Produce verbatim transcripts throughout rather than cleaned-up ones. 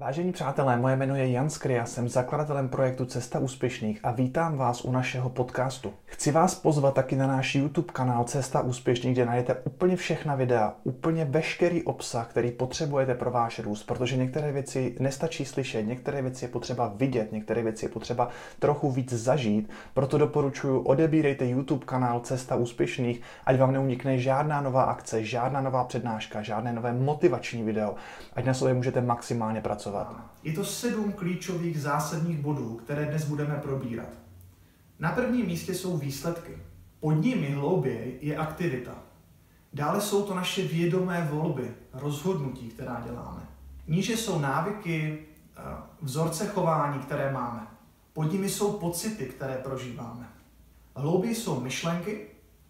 Vážení přátelé, moje jméno je Jan Skryja, jsem zakladatelem projektu Cesta úspěšných a vítám vás u našeho podcastu. Chci vás pozvat taky na náš YouTube kanál Cesta úspěšných, kde najdete úplně všechna videa, úplně veškerý obsah, který potřebujete pro váš růst, protože některé věci nestačí slyšet, některé věci je potřeba vidět, některé věci je potřeba trochu víc zažít, proto doporučuji, odebírejte YouTube kanál Cesta úspěšných, ať vám neunikne žádná nová akce, žádná nová přednáška, žádné nové motivační video, ať na sobě můžete maximálně pracovat. Je to sedm klíčových zásadních bodů, které dnes budeme probírat. Na prvním místě jsou výsledky. Pod nimi hlouběji je aktivita. Dále jsou to naše vědomé volby, rozhodnutí, která děláme. Níže jsou návyky, vzorce chování, které máme. Pod nimi jsou pocity, které prožíváme. Hlouběji jsou myšlenky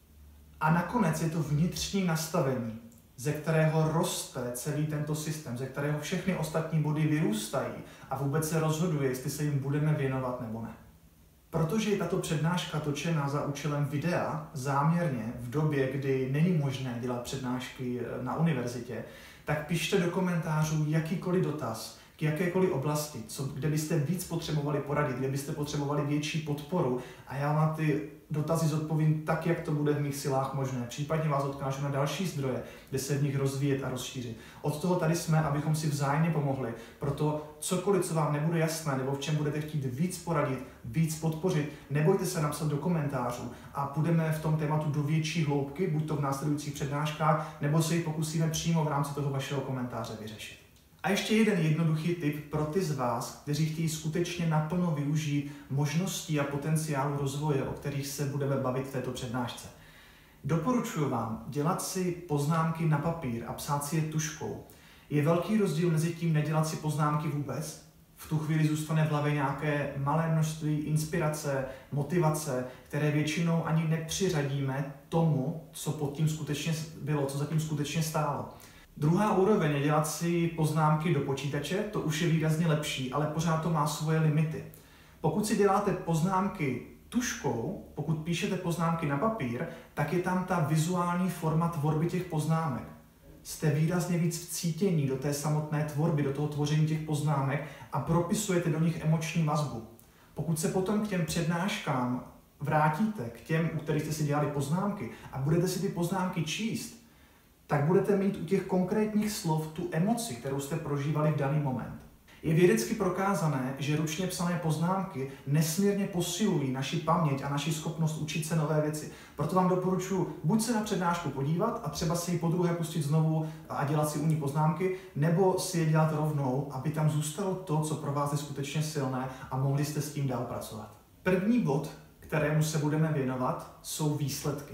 a nakonec je to vnitřní nastavení, ze kterého roste celý tento systém, ze kterého všechny ostatní body vyrůstají a vůbec se rozhoduje, jestli se jim budeme věnovat nebo ne. Protože je tato přednáška točena za účelem videa záměrně v době, kdy není možné dělat přednášky na univerzitě, tak pište do komentářů jakýkoliv dotaz k jakékoliv oblasti, co, kde byste víc potřebovali poradit, kde byste potřebovali větší podporu a já na ty dotazy zodpovím tak, jak to bude v mých silách možné. Případně vás odkážu na další zdroje, kde se v nich rozvíjet a rozšířit. Od toho tady jsme, abychom si vzájemně pomohli. Proto cokoliv, co vám nebude jasné, nebo v čem budete chtít víc poradit, víc podpořit, nebojte se napsat do komentářů a půjdeme v tom tématu do větší hloubky, buď to v následujících přednáškách, nebo se ji pokusíme přímo v rámci toho vašeho komentáře vyřešit. A ještě jeden jednoduchý tip pro ty z vás, kteří chtějí skutečně naplno využít možností a potenciálu rozvoje, o kterých se budeme bavit v této přednášce. Doporučuji vám dělat si poznámky na papír a psát si je tužkou. Je velký rozdíl mezi tím nedělat si poznámky vůbec. V tu chvíli zůstane v hlavě nějaké malé množství inspirace, motivace, které většinou ani nepřiřadíme tomu, co pod tím skutečně bylo, co za tím skutečně stálo. Druhá úroveň je dělat si poznámky do počítače, to už je výrazně lepší, ale pořád to má svoje limity. Pokud si děláte poznámky tužkou, pokud píšete poznámky na papír, tak je tam ta vizuální forma tvorby těch poznámek. Jste výrazně víc vcítění do té samotné tvorby, do toho tvoření těch poznámek a propisujete do nich emoční vazbu. Pokud se potom k těm přednáškám vrátíte, k těm, u kterých jste si dělali poznámky a budete si ty poznámky číst, tak budete mít u těch konkrétních slov tu emoci, kterou jste prožívali v daný moment. Je vědecky prokázané, že ručně psané poznámky nesmírně posilují naši paměť a naši schopnost učit se nové věci. Proto vám doporučuji buď se na přednášku podívat a třeba si ji podruhé pustit znovu a dělat si u ní poznámky, nebo si je dělat rovnou, aby tam zůstalo to, co pro vás je skutečně silné a mohli jste s tím dál pracovat. První bod, kterému se budeme věnovat, jsou výsledky.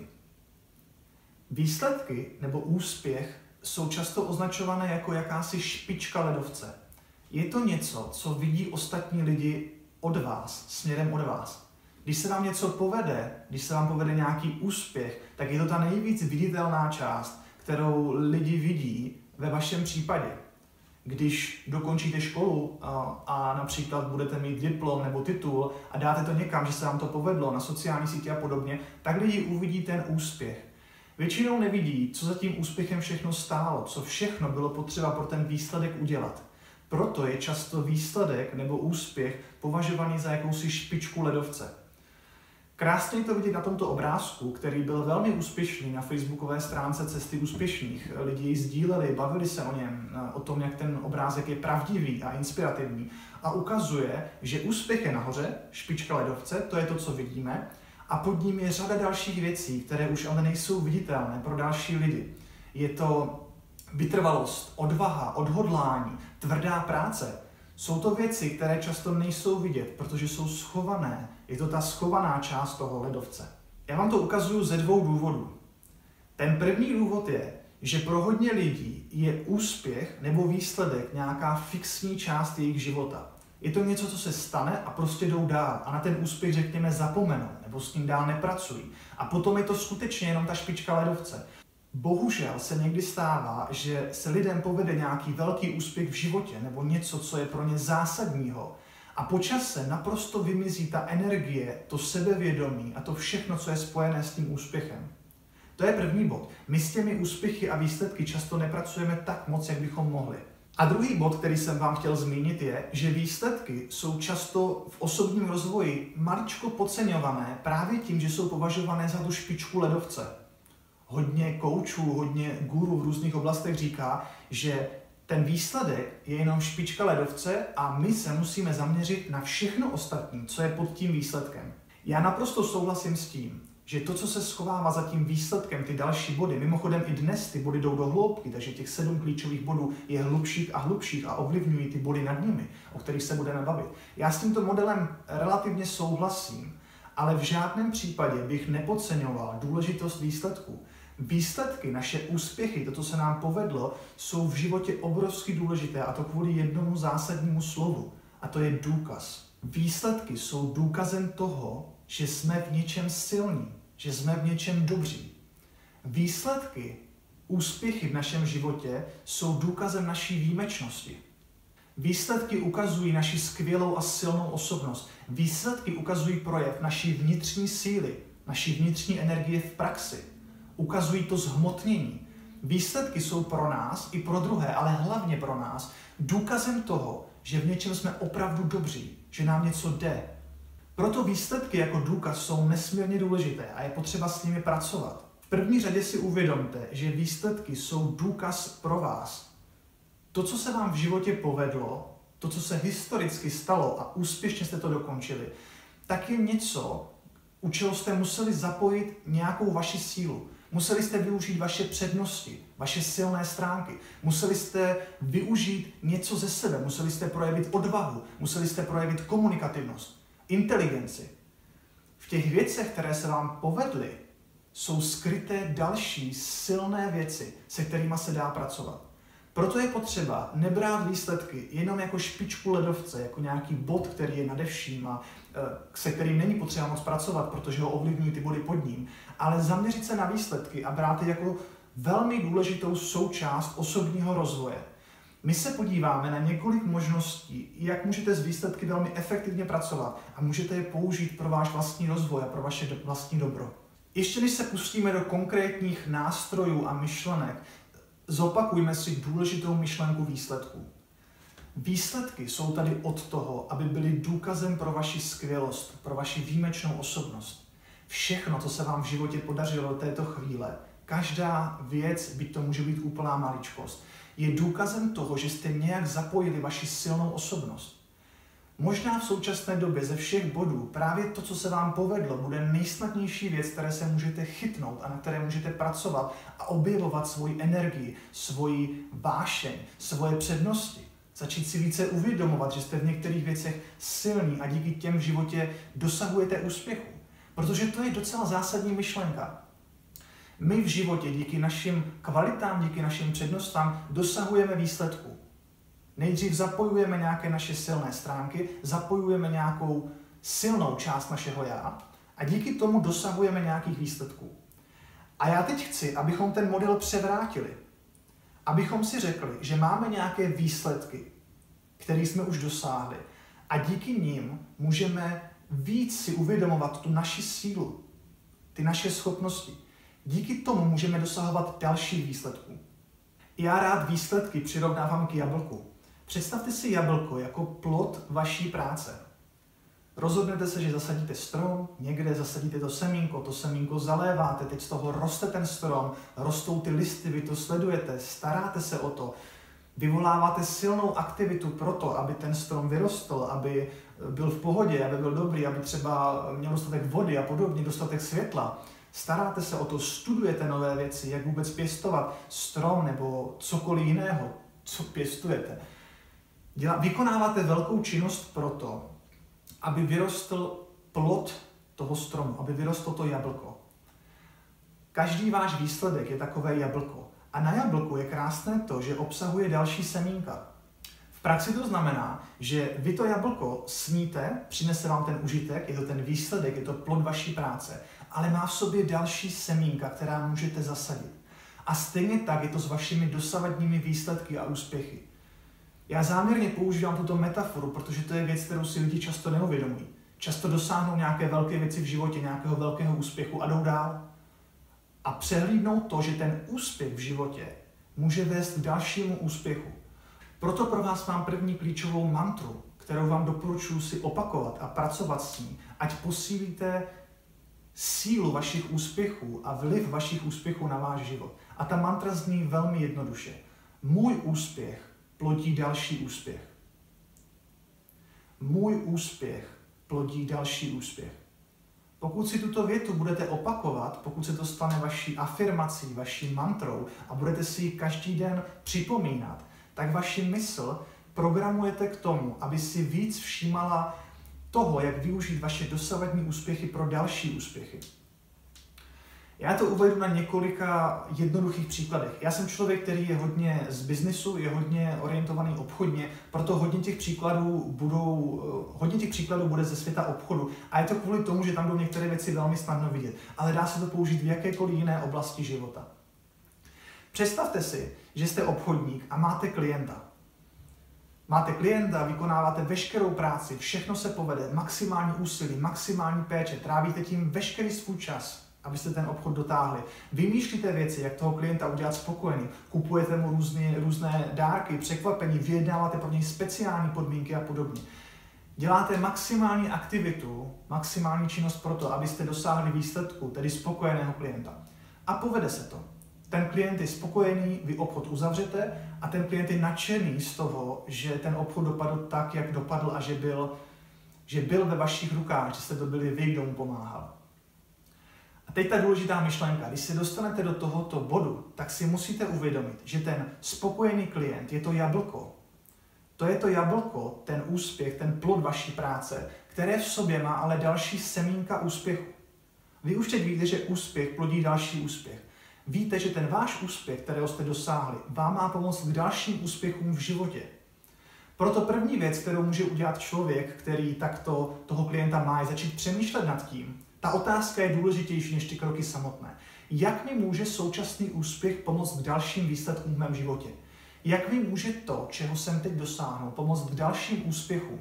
Výsledky nebo úspěch jsou často označované jako jakási špička ledovce. Je to něco, co vidí ostatní lidi od vás, směrem od vás. Když se vám něco povede, když se vám povede nějaký úspěch, tak je to ta nejvíc viditelná část, kterou lidi vidí ve vašem případě. Když dokončíte školu a, a například budete mít diplom nebo titul a dáte to někam, že se vám to povedlo na sociální sítě a podobně, tak lidi uvidí ten úspěch. Většinou nevidí, co za tím úspěchem všechno stálo, co všechno bylo potřeba pro ten výsledek udělat. Proto je často výsledek nebo úspěch považovaný za jakousi špičku ledovce. Krásně to vidět na tomto obrázku, který byl velmi úspěšný na facebookové stránce Cesty úspěšných. Lidi ji sdíleli, bavili se o něm, o tom, jak ten obrázek je pravdivý a inspirativní a ukazuje, že úspěch je nahoře, špička ledovce, to je to, co vidíme, a pod ním je řada dalších věcí, které už ale nejsou viditelné pro další lidi. Je to vytrvalost, odvaha, odhodlání, tvrdá práce. Jsou to věci, které často nejsou vidět, protože jsou schované. Je to ta schovaná část toho ledovce. Já vám to ukazuju ze dvou důvodů. Ten první důvod je, že pro hodně lidí je úspěch nebo výsledek nějaká fixní část jejich života. Je to něco, co se stane a prostě jdou dál a na ten úspěch, řekněme, zapomenou nebo s ním dál nepracují. A potom je to skutečně jenom ta špička ledovce. Bohužel se někdy stává, že se lidem povede nějaký velký úspěch v životě nebo něco, co je pro ně zásadního a po čase naprosto vymizí ta energie, to sebevědomí a to všechno, co je spojené s tím úspěchem. To je první bod. My s těmi úspěchy a výsledky často nepracujeme tak moc, jak bychom mohli. A druhý bod, který jsem vám chtěl zmínit, je, že výsledky jsou často v osobním rozvoji maličko podceňované právě tím, že jsou považované za tu špičku ledovce. Hodně koučů, hodně guru v různých oblastech říká, že ten výsledek je jenom špička ledovce a my se musíme zaměřit na všechno ostatní, co je pod tím výsledkem. Já naprosto souhlasím s tím, že to, co se schovává za tím výsledkem, ty další body, mimochodem i dnes ty body jdou do hloubky, takže těch sedm klíčových bodů je hlubších a hlubších a ovlivňují ty body nad nimi, o kterých se budeme bavit. Já s tímto modelem relativně souhlasím, ale v žádném případě bych nepodceňoval důležitost výsledků. Výsledky, naše úspěchy, to, co se nám povedlo, jsou v životě obrovsky důležité a to kvůli jednomu zásadnímu slovu, a to je důkaz. Výsledky jsou důkazem toho, že jsme v něčem silní, že jsme v něčem dobří. Výsledky, úspěchy v našem životě jsou důkazem naší výjimečnosti. Výsledky ukazují naši skvělou a silnou osobnost. Výsledky ukazují projev naší vnitřní síly, naší vnitřní energie v praxi. Ukazují to zhmotnění. Výsledky jsou pro nás i pro druhé, ale hlavně pro nás, důkazem toho, že v něčem jsme opravdu dobří, že nám něco jde. Proto výsledky jako důkaz jsou nesmírně důležité a je potřeba s nimi pracovat. V první řadě si uvědomte, že výsledky jsou důkaz pro vás. To, co se vám v životě povedlo, to, co se historicky stalo a úspěšně jste to dokončili, tak je něco, u čeho jste museli zapojit nějakou vaši sílu. Museli jste využít vaše přednosti, vaše silné stránky. Museli jste využít něco ze sebe, museli jste projevit odvahu, museli jste projevit komunikativnost, inteligenci. V těch věcech, které se vám povedly, jsou skryté další silné věci, se kterými se dá pracovat. Proto je potřeba nebrát výsledky jenom jako špičku ledovce, jako nějaký bod, který je nade vším a se kterým není potřeba moc pracovat, protože ho ovlivňují ty body pod ním, ale zaměřit se na výsledky a brát je jako velmi důležitou součást osobního rozvoje. My se podíváme na několik možností, jak můžete s výsledky velmi efektivně pracovat a můžete je použít pro váš vlastní rozvoj a pro vaše vlastní dobro. Ještě než se pustíme do konkrétních nástrojů a myšlenek, zopakujme si důležitou myšlenku výsledků. Výsledky jsou tady od toho, aby byly důkazem pro vaši skvělost, pro vaši výjimečnou osobnost. Všechno, co se vám v životě podařilo do této chvíle, každá věc, byť to může být úplná maličkost, je důkazem toho, že jste nějak zapojili vaši silnou osobnost. Možná v současné době ze všech bodů právě to, co se vám povedlo, bude nejsnadnější věc, které se můžete chytnout a na které můžete pracovat a objevovat svoji energii, svoji vášeň, svoje přednosti. Začít si více uvědomovat, že jste v některých věcech silní a díky těm v životě dosahujete úspěchu. Protože to je docela zásadní myšlenka. My v životě díky našim kvalitám, díky našim přednostám dosahujeme výsledku. Nejdřív zapojujeme nějaké naše silné stránky, zapojujeme nějakou silnou část našeho já a díky tomu dosahujeme nějakých výsledků. A já teď chci, abychom ten model převrátili. Abychom si řekli, že máme nějaké výsledky, které jsme už dosáhli a díky nim můžeme víc si uvědomovat tu naši sílu, ty naše schopnosti. Díky tomu můžeme dosahovat dalších výsledků. Já rád výsledky přirovnávám k jablku. Představte si jablko jako plod vaší práce. Rozhodnete se, že zasadíte strom, někde zasadíte to semínko, to semínko zaléváte, teď z toho roste ten strom, rostou ty listy, vy to sledujete, staráte se o to, vyvoláváte silnou aktivitu pro to, aby ten strom vyrostl, aby byl v pohodě, aby byl dobrý, aby třeba měl dostatek vody a podobně, dostatek světla. Staráte se o to, studujete nové věci, jak vůbec pěstovat strom nebo cokoliv jiného, co pěstujete. Dělá, vykonáváte velkou činnost pro to, aby vyrostl plod toho stromu, aby vyrostlo to jablko. Každý váš výsledek je takové jablko. A na jablku je krásné to, že obsahuje další semínka. V praxi to znamená, že vy to jablko sníte, přinese vám ten užitek, je to ten výsledek, je to plod vaší práce, ale má v sobě další semínka, která můžete zasadit. A stejně tak je to s vašimi dosavadními výsledky a úspěchy. Já záměrně používám tuto metaforu, protože to je věc, kterou si lidi často neuvědomují. Často dosáhnou nějaké velké věci v životě, nějakého velkého úspěchu a jdou dál. A přehlídnou to, že ten úspěch v životě může vést k dalšímu úspěchu. Proto pro vás mám první klíčovou mantru, kterou vám doporučuji si opakovat a pracovat s ní, ať posílíte sílu vašich úspěchů a vliv vašich úspěchů na váš život. A ta mantra zní velmi jednoduše. Můj úspěch plodí další úspěch. Můj úspěch plodí další úspěch. Pokud si tuto větu budete opakovat, pokud se to stane vaší afirmací, vaší mantrou a budete si ji každý den připomínat, tak vaši mysl programujete k tomu, aby si víc všímala toho, jak využít vaše dosavadní úspěchy pro další úspěchy. Já to uvedu na několika jednoduchých příkladech. Já jsem člověk, který je hodně z biznisu, je hodně orientovaný obchodně, proto hodně těch příkladů budou, hodně těch příkladů bude ze světa obchodu. A je to kvůli tomu, že tam budou některé věci velmi snadno vidět. Ale dá se to použít v jakékoliv jiné oblasti života. Představte si, že jste obchodník a máte klienta. Máte klienta, vykonáváte veškerou práci, všechno se povede, maximální úsilí, maximální péče, trávíte tím veškerý svůj čas, abyste ten obchod dotáhli. Vymýšlíte věci, jak toho klienta udělat spokojený, kupujete mu různé, různé dárky, překvapení, vyjednáváte pro něj speciální podmínky a podobně. Děláte maximální aktivitu, maximální činnost pro to, abyste dosáhli výsledku, tedy spokojeného klienta. A povede se to. Ten klient je spokojený, vy obchod uzavřete a ten klient je nadšený z toho, že ten obchod dopadl tak, jak dopadl a že byl, že byl ve vašich rukách, že jste to byli vy, kdo mu pomáhal. A teď ta důležitá myšlenka. Když se dostanete do tohoto bodu, tak si musíte uvědomit, že ten spokojený klient je to jablko. To je to jablko, ten úspěch, ten plod vaší práce, které v sobě má ale další semínka úspěchu. Vy už teď víte, že úspěch plodí další úspěch. Víte, že ten váš úspěch, kterého jste dosáhli, vám má pomoct k dalším úspěchům v životě. Proto první věc, kterou může udělat člověk, který takto toho klienta má, je začít přemýšlet nad tím. Ta otázka je důležitější než ty kroky samotné. Jak mi může současný úspěch pomoct k dalším výsledkům v mém životě? Jak mi může to, čeho jsem teď dosáhnul, pomoct k dalším úspěchům?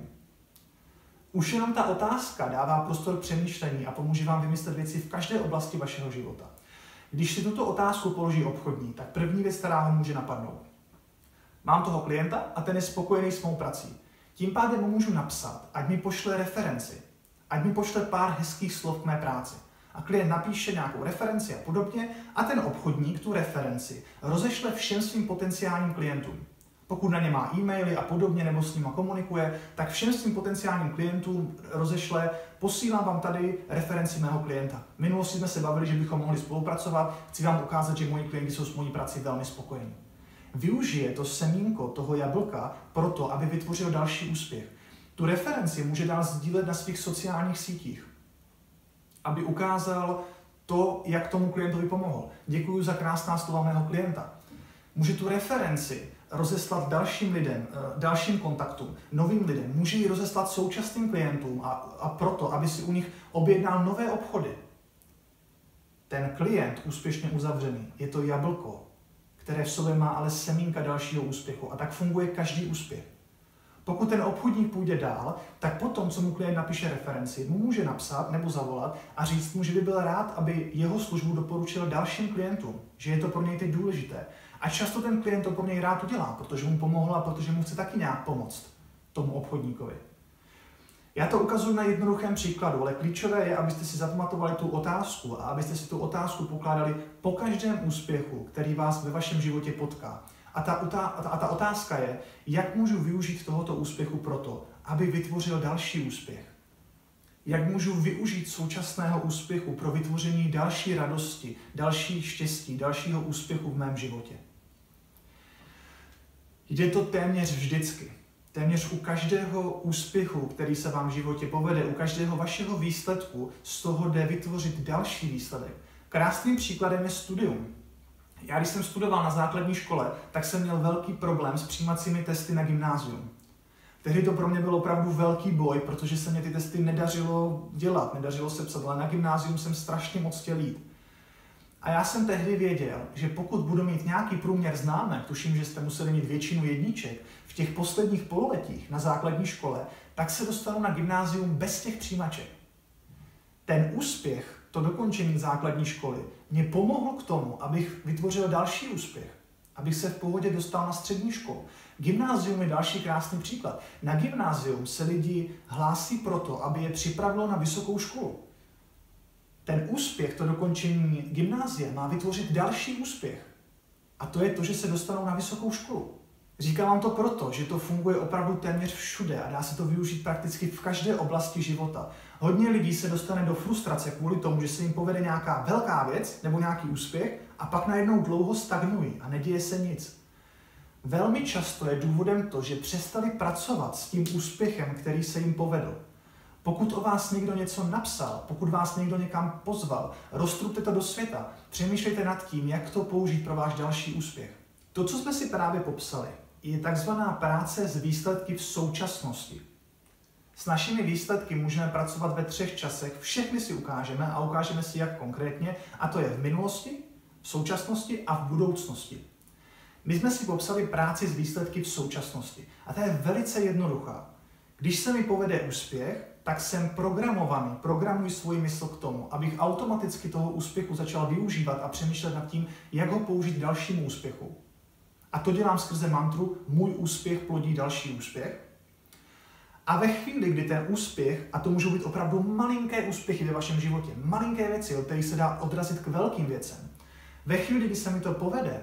Už jenom ta otázka dává prostor k přemýšlení a pomůže vám vymyslet věci v každé oblasti vašeho života. Když si tuto otázku položí obchodní, tak první věc, která ho může napadnout. Mám toho klienta a ten je spokojený s mou prací. Tím pádem mu můžu napsat, ať mi pošle referenci, ať mi pošle pár hezkých slov k mé práci. A klient napíše nějakou referenci a podobně a ten obchodník tu referenci rozešle všem svým potenciálním klientům. Pokud na ně má e-maily a podobně nebo s nima komunikuje, tak všem svým potenciálním klientům rozešle, posílám vám tady referenci mého klienta. V minulosti jsme se bavili, že bychom mohli spolupracovat, chci vám ukázat, že moji klienti jsou s mojí prací velmi spokojení. Využije to semínko toho jablka proto, aby vytvořil další úspěch. Tu referenci může dál sdílet na svých sociálních sítích, aby ukázal to, jak tomu klientovi pomohl. Děkuji za krásná slova mého klienta. Může tu referenci rozeslat dalším lidem, dalším kontaktům, novým lidem. Může ji rozeslat současným klientům a, a proto, aby si u nich objednal nové obchody. Ten klient úspěšně uzavřený je to jablko, které v sobě má ale semínka dalšího úspěchu. A tak funguje každý úspěch. Pokud ten obchodník půjde dál, tak potom, co mu klient napíše referenci, mu může napsat nebo zavolat a říct mu, že by byl rád, aby jeho službu doporučil dalším klientům, že je to pro něj teď důležité. A často ten klient to pro něj rád udělá, protože mu pomohl a protože mu chce taky nějak pomoct tomu obchodníkovi. Já to ukazuji na jednoduchém příkladu, ale klíčové je, abyste si zapamatovali tu otázku a abyste si tu otázku pokládali po každém úspěchu, který vás ve vašem životě potká. A ta, a ta otázka je, jak můžu využít tohoto úspěchu proto, aby vytvořil další úspěch. Jak můžu využít současného úspěchu pro vytvoření další radosti, další štěstí, dalšího úspěchu v mém životě. Jde to téměř vždycky. Téměř u každého úspěchu, který se vám v životě povede, u každého vašeho výsledku, z toho jde vytvořit další výsledek. Krásným příkladem je studium. Já když jsem studoval na základní škole, tak jsem měl velký problém s přijímacími testy na gymnázium. Tehdy to pro mě byl opravdu velký boj, protože se mě ty testy nedařilo dělat, nedařilo se psat, ale na gymnázium jsem strašně moc chtěl jít. A já jsem tehdy věděl, že pokud budu mít nějaký průměr známek, tuším, že jste museli mít většinu jedniček, v těch posledních pololetích na základní škole, tak se dostanu na gymnázium bez těch přijímaček. Ten úspěch, to dokončení základní školy, mě pomohlo k tomu, abych vytvořil další úspěch, abych se v pohodě dostal na střední školu. Gymnázium je další krásný příklad. Na gymnázium se lidi hlásí proto, aby je připravilo na vysokou školu. Ten úspěch, to dokončení gymnázia, má vytvořit další úspěch. A to je to, že se dostanou na vysokou školu. Říkám vám to proto, že to funguje opravdu téměř všude a dá se to využít prakticky v každé oblasti života. Hodně lidí se dostane do frustrace kvůli tomu, že se jim povede nějaká velká věc nebo nějaký úspěch a pak najednou dlouho stagnují a neděje se nic. Velmi často je důvodem to, že přestali pracovat s tím úspěchem, který se jim povedl. Pokud o vás někdo něco napsal, pokud vás někdo někam pozval, roztrupte to do světa, přemýšlejte nad tím, jak to použít pro váš další úspěch. To, co jsme si právě popsali, je takzvaná práce s výsledky v současnosti. S našimi výsledky můžeme pracovat ve třech časech, všechny si ukážeme a ukážeme si, jak konkrétně, a to je v minulosti, v současnosti a v budoucnosti. My jsme si popsali práci s výsledky v současnosti a ta je velice jednoduchá. Když se mi povede úspěch, tak jsem programovaný, programuji svůj mysl k tomu, abych automaticky toho úspěchu začal využívat a přemýšlet nad tím, jak ho použít k dalšímu úspěchu. A to dělám skrze mantru můj úspěch plodí další úspěch. A ve chvíli, kdy ten úspěch, a to můžou být opravdu malinké úspěchy ve vašem životě, malinké věci, od kterých se dá odrazit k velkým věcem, ve chvíli, kdy se mi to povede,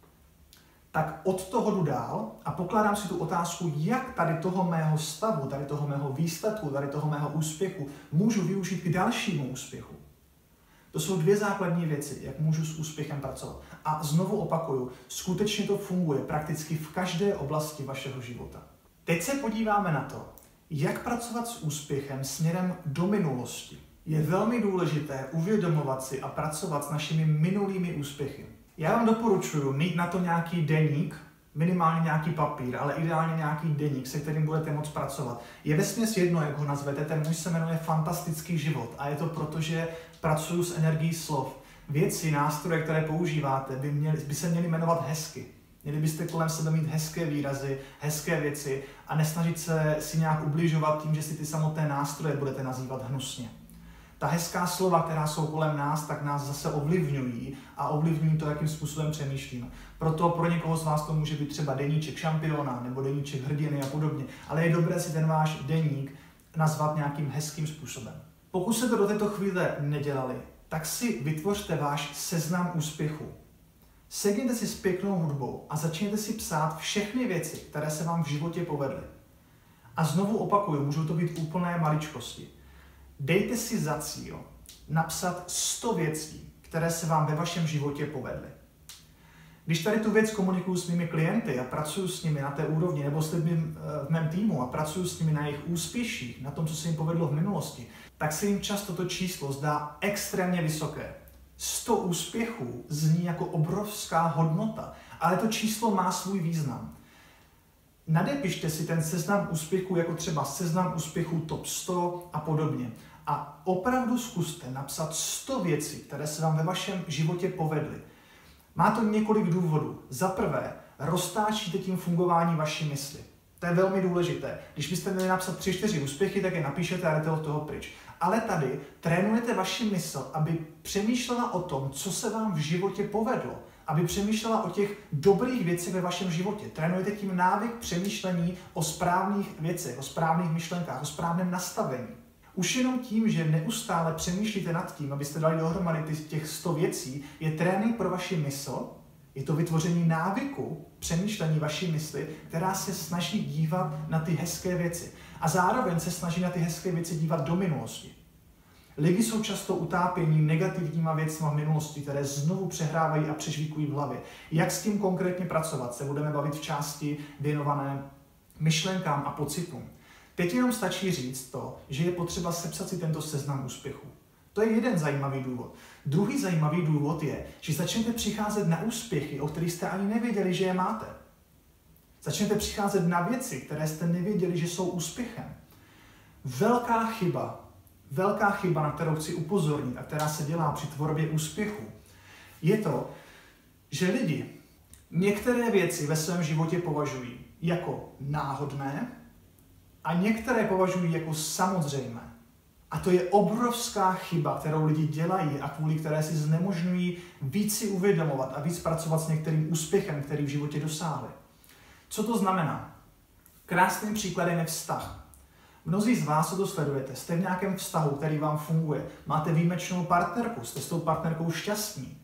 tak od toho jdu dál a pokládám si tu otázku, jak tady toho mého stavu, tady toho mého výsledku, tady toho mého úspěchu můžu využít k dalšímu úspěchu. To jsou dvě základní věci, jak můžu s úspěchem pracovat. A znovu opakuju, skutečně to funguje prakticky v každé oblasti vašeho života. Teď se podíváme na to, jak pracovat s úspěchem směrem do minulosti. Je velmi důležité uvědomovat si a pracovat s našimi minulými úspěchy. Já vám doporučuji mít na to nějaký deník, minimálně nějaký papír, ale ideálně nějaký deník, se kterým budete moct pracovat. Je vesměs jedno, jak ho nazvete, ten můj se jmenuje Fantastický život a je to proto, že pracuji s energií slov. Věci, nástroje, které používáte, by, měly, by se měly jmenovat hezky. Měli byste kolem sebe mít hezké výrazy, hezké věci a nesnažit se si nějak ubližovat tím, že si ty samotné nástroje budete nazývat hnusně. Ta hezká slova, která jsou kolem nás, tak nás zase ovlivňují a ovlivňují to, jakým způsobem přemýšlíme. Proto pro někoho z vás to může být třeba deníček šampiona nebo deníček hrdiny a podobně, ale je dobré si ten váš deník nazvat nějakým hezkým způsobem. Pokud jste to do této chvíle nedělali, tak si vytvořte váš seznam úspěchu. Sedněte si s pěknou hudbou a začněte si psát všechny věci, které se vám v životě povedly. A znovu opakuju, můžou to být úplné maličkosti. Dejte si za cíl napsat sto věcí, které se vám ve vašem životě povedly. Když tady tu věc komunikuju s mými klienty a pracuji s nimi na té úrovni, nebo s lidmi v mém týmu a pracuji s nimi na jejich úspěších, na tom, co se jim povedlo v minulosti, tak se jim často to číslo zdá extrémně vysoké. sto úspěchů zní jako obrovská hodnota, ale to číslo má svůj význam. Nadepište si ten seznam úspěchů jako třeba seznam úspěchů top sto a podobně. A opravdu zkuste napsat sto věcí, které se vám ve vašem životě povedly. Má to několik důvodů. Za prvé, roztáčíte tím fungování vaší mysli. To je velmi důležité. Když byste měli napsat tři čtyři úspěchy, tak je napíšete a jdete od toho pryč. Ale tady trénujete vaši mysl, aby přemýšlela o tom, co se vám v životě povedlo. Aby přemýšlela o těch dobrých věcech ve vašem životě. Trénujete tím návyk přemýšlení o správných věcech, o správných myšlenkách, o správném nastavení. Už jenom tím, že neustále přemýšlíte nad tím, abyste dali dohromady těch sto věcí, je trénink pro vaši mysl, je to vytvoření návyku přemýšlení vaší mysli, která se snaží dívat na ty hezké věci. A zároveň se snaží na ty hezké věci dívat do minulosti. Lidi jsou často utápění negativníma věcmi v minulosti, které znovu přehrávají a přežvíkují v hlavě. Jak s tím konkrétně pracovat, se budeme bavit v části věnované myšlenkám a pocitům. Teď jenom stačí říct to, že je potřeba sepsat si tento seznam úspěchů. To je jeden zajímavý důvod. Druhý zajímavý důvod je, že začnete přicházet na úspěchy, o kterých jste ani nevěděli, že je máte. Začnete přicházet na věci, které jste nevěděli, že jsou úspěchem. Velká chyba, velká chyba, na kterou chci upozornit a která se dělá při tvorbě úspěchu, je to, že lidi některé věci ve svém životě považují jako náhodné a některé považují jako samozřejmé. A to je obrovská chyba, kterou lidi dělají a kvůli které si znemožňují víc si uvědomovat a víc pracovat s některým úspěchem, který v životě dosáhli. Co to znamená? Krásným příkladem je vztah. Mnozí z vás, co to sledujete, jste v nějakém vztahu, který vám funguje, máte výjimečnou partnerku, jste s tou partnerkou šťastní.